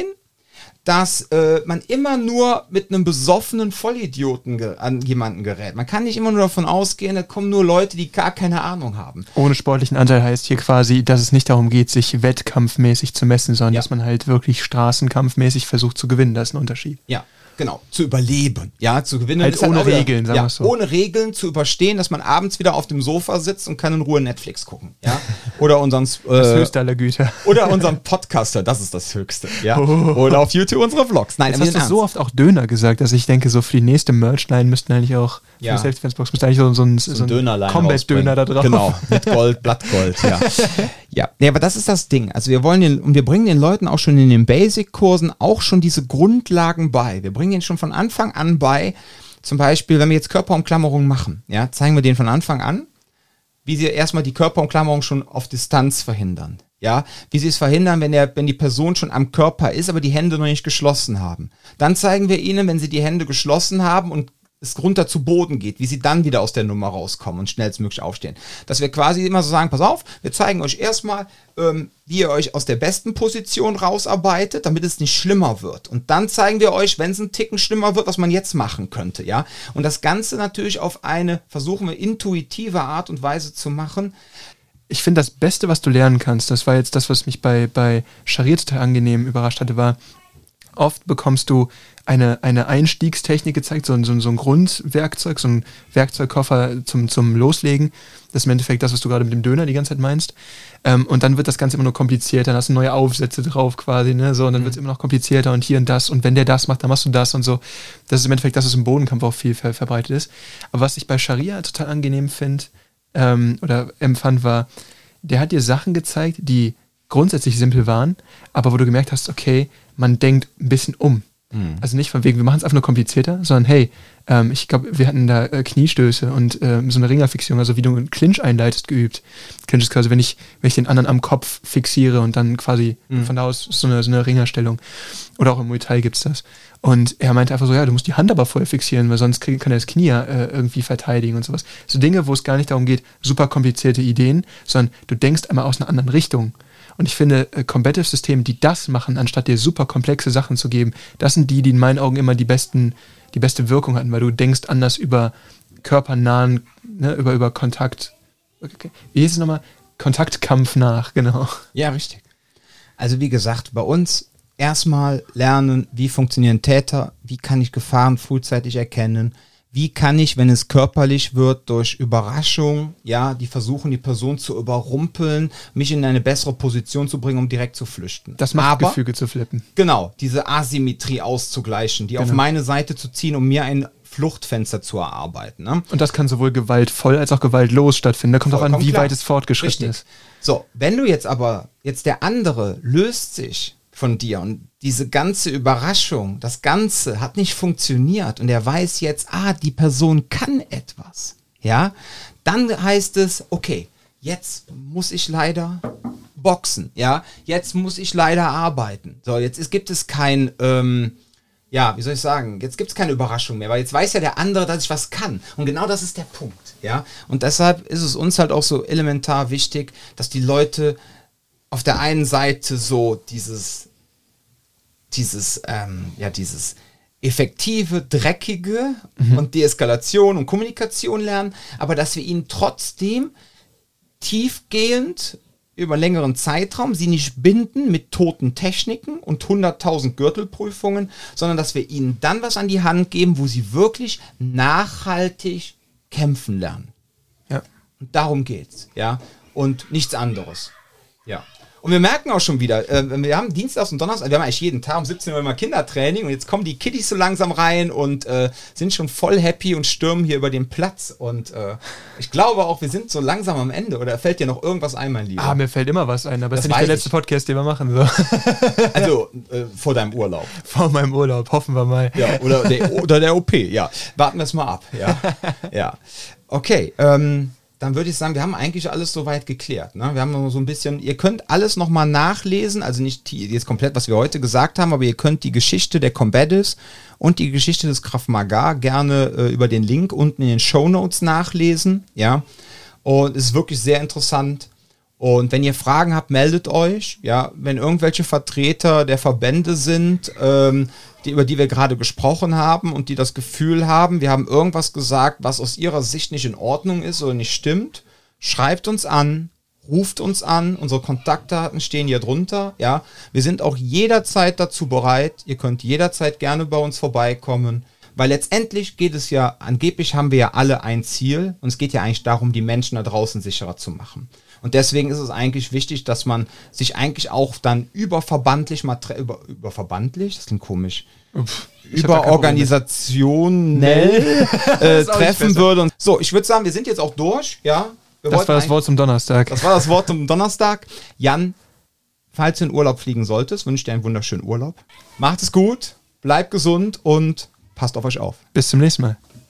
dass äh, man immer nur mit einem besoffenen Vollidioten ge- an jemanden gerät. Man kann nicht immer nur davon ausgehen, da kommen nur Leute, die gar keine Ahnung haben.
Ohne sportlichen Anteil heißt hier quasi, dass es nicht darum geht, sich wettkampfmäßig zu messen, sondern
Ja.
dass man halt wirklich straßenkampfmäßig versucht zu gewinnen. Das ist ein Unterschied.
Ja, genau. Zu überleben. Ja, zu gewinnen.
Halt
ist
ohne
auch wieder-
Regeln, sagen
ja,
wir's so.
Ohne Regeln zu überstehen, dass man abends wieder auf dem Sofa sitzt und kann in Ruhe Netflix gucken. Ja? Oder unseren,
Das
äh,
höchste aller Güter.
oder unseren Podcaster, das ist das Höchste. Ja?
Oh.
Oder auf YouTube unsere Vlogs. Nein,
Jetzt
aber
hast du
im
so
Ernst.
oft auch Döner gesagt, dass ich denke, so für die nächste Merchline müssten eigentlich auch, für
Ja.
die Self-Defense-Box müsste eigentlich so, so ein, so
So ein Dönerlein
Combat-Döner da drauf.
Genau, mit Gold, Blattgold, ja. Ja, nee, aber das ist das Ding. Also wir wollen den, und wir bringen den Leuten auch schon in den Basic-Kursen auch schon diese Grundlagen bei. Wir bringen ihnen schon von Anfang an bei, zum Beispiel, wenn wir jetzt Körperumklammerungen machen, ja, zeigen wir denen von Anfang an, wie sie erstmal die Körperumklammerung schon auf Distanz verhindern. Ja, wie sie es verhindern, wenn, der, wenn die Person schon am Körper ist, aber die Hände noch nicht geschlossen haben. Dann zeigen wir ihnen, wenn sie die Hände geschlossen haben und es runter zu Boden geht, wie sie dann wieder aus der Nummer rauskommen und schnellstmöglich aufstehen. Dass wir quasi immer so sagen, pass auf, wir zeigen euch erstmal, ähm, wie ihr euch aus der besten Position rausarbeitet, damit es nicht schlimmer wird. Und dann zeigen wir euch, wenn es ein Ticken schlimmer wird, was man jetzt machen könnte, ja. Und das Ganze natürlich auf eine, versuchen wir, intuitive Art und Weise zu machen.
Ich finde, das Beste, was du lernen kannst, das war jetzt das, was mich bei, bei Scharia total angenehm überrascht hatte, war, oft bekommst du eine, eine Einstiegstechnik gezeigt, so ein, so ein, so ein Grundwerkzeug, so ein Werkzeugkoffer zum, zum Loslegen. Das ist im Endeffekt das, was du gerade mit dem Döner die ganze Zeit meinst. Ähm, und dann wird das Ganze immer nur komplizierter, dann hast du neue Aufsätze drauf quasi, ne? So, und dann wird es immer noch komplizierter und hier und das. Und wenn der das macht, dann machst du das und so. Das ist im Endeffekt das, was im Bodenkampf auch viel ver- verbreitet ist. Aber was ich bei Scharia total angenehm finde, ähm, oder empfand, war, der hat dir Sachen gezeigt, die grundsätzlich simpel waren, aber wo du gemerkt hast, okay, man denkt ein bisschen um. Mhm. Also nicht von wegen, wir machen es einfach nur komplizierter, sondern hey, ähm, ich glaube, wir hatten da äh, Kniestöße und ähm, so eine Ringerfixierung, also wie du einen Clinch einleitest, geübt. Clinch ist quasi, wenn ich, wenn ich den anderen am Kopf fixiere und dann quasi mhm. von da aus so eine, so eine Ringerstellung. Oder auch im Muay Thai gibt's das. Und er meinte einfach so, ja, du musst die Hand aber vorher fixieren, weil sonst kann er das Knie ja äh, irgendwie verteidigen und sowas. So Dinge, wo es gar nicht darum geht, super komplizierte Ideen, sondern du denkst einmal aus einer anderen Richtung. Und ich finde, äh, Combative-Systeme, die das machen, anstatt dir super komplexe Sachen zu geben, das sind die, die in meinen Augen immer die besten, die beste Wirkung hatten, weil du denkst anders über körpernahen, ne, über, über Kontakt, okay. Wie hieß es nochmal? Kontaktkampf nach, genau.
Ja, richtig. Also wie gesagt, bei uns erstmal lernen, wie funktionieren Täter, wie kann ich Gefahren frühzeitig erkennen, wie kann ich, wenn es körperlich wird, durch Überraschung, ja, die versuchen, die Person zu überrumpeln, mich in eine bessere Position zu bringen, um direkt zu flüchten.
Das Machtgefüge zu flippen.
Genau, diese Asymmetrie auszugleichen, die genau. auf meine Seite zu ziehen, um mir ein Fluchtfenster zu erarbeiten. Ne?
Und das kann sowohl gewaltvoll als auch gewaltlos stattfinden. Da kommt auch an, wie klar. weit es fortgeschritten
Richtig.
ist.
So, wenn du jetzt aber, jetzt der andere löst sich von dir und diese ganze Überraschung, das Ganze hat nicht funktioniert und er weiß jetzt, ah, die Person kann etwas, ja, dann heißt es, okay, jetzt muss ich leider boxen, ja, jetzt muss ich leider arbeiten. So, jetzt ist, gibt es kein, ähm, ja, wie soll ich sagen, jetzt gibt es keine Überraschung mehr, weil jetzt weiß ja der andere, dass ich was kann. Und genau das ist der Punkt, ja. Und deshalb ist es uns halt auch so elementar wichtig, dass die Leute auf der einen Seite so dieses, dieses, ähm, ja, dieses effektive, dreckige mhm. und Deeskalation und Kommunikation lernen, aber dass wir ihnen trotzdem tiefgehend über einen längeren Zeitraum sie nicht binden mit toten Techniken und hunderttausend Gürtelprüfungen, sondern dass wir ihnen dann was an die Hand geben, wo sie wirklich nachhaltig kämpfen lernen.
Ja.
Und darum geht's, ja. Und nichts anderes. Ja. Und wir merken auch schon wieder, äh, wir haben Dienstags und Donnerstags, wir haben eigentlich jeden Tag um siebzehn Uhr immer Kindertraining und jetzt kommen die Kiddies so langsam rein und äh, sind schon voll happy und stürmen hier über den Platz. Und äh, ich glaube auch, wir sind so langsam am Ende. Oder fällt dir noch irgendwas ein, mein Lieber?
Ah, mir fällt immer was ein, aber das ist
Das
nicht der
weiß
letzte
ich.
Podcast, den wir machen. So.
Also äh, vor deinem Urlaub.
Vor meinem Urlaub, hoffen wir mal.
Ja, oder der, oder der O P, ja. Warten wir es mal ab. Ja, ja. Okay, ähm, dann würde ich sagen, wir haben eigentlich alles soweit geklärt. Ne? Wir haben noch so ein bisschen, ihr könnt alles nochmal nachlesen, also nicht die, jetzt komplett, was wir heute gesagt haben, aber ihr könnt die Geschichte der Combatives und die Geschichte des Krav Maga gerne äh, über den Link unten in den Shownotes nachlesen. Ja, und es ist wirklich sehr interessant. Und wenn ihr Fragen habt, meldet euch. Ja, wenn irgendwelche Vertreter der Verbände sind, ähm, die, über die wir gerade gesprochen haben und die das Gefühl haben, wir haben irgendwas gesagt, was aus ihrer Sicht nicht in Ordnung ist oder nicht stimmt, schreibt uns an, ruft uns an. Unsere Kontaktdaten stehen hier drunter. Ja, wir sind auch jederzeit dazu bereit. Ihr könnt jederzeit gerne bei uns vorbeikommen. Weil letztendlich geht es ja, angeblich haben wir ja alle ein Ziel und es geht ja eigentlich darum, die Menschen da draußen sicherer zu machen. Und deswegen ist es eigentlich wichtig, dass man sich eigentlich auch dann überverbandlich, mal tre- über, überverbandlich, das klingt komisch,
Uff,
überorganisationell äh, treffen würde. Und so, ich würde sagen, wir sind jetzt auch durch. Ja, wir
das war das Wort zum Donnerstag.
Das war das Wort zum Donnerstag. Jan, falls du in Urlaub fliegen solltest, wünsche ich dir einen wunderschönen Urlaub. Macht es gut, bleibt gesund und passt auf euch auf.
Bis zum nächsten Mal.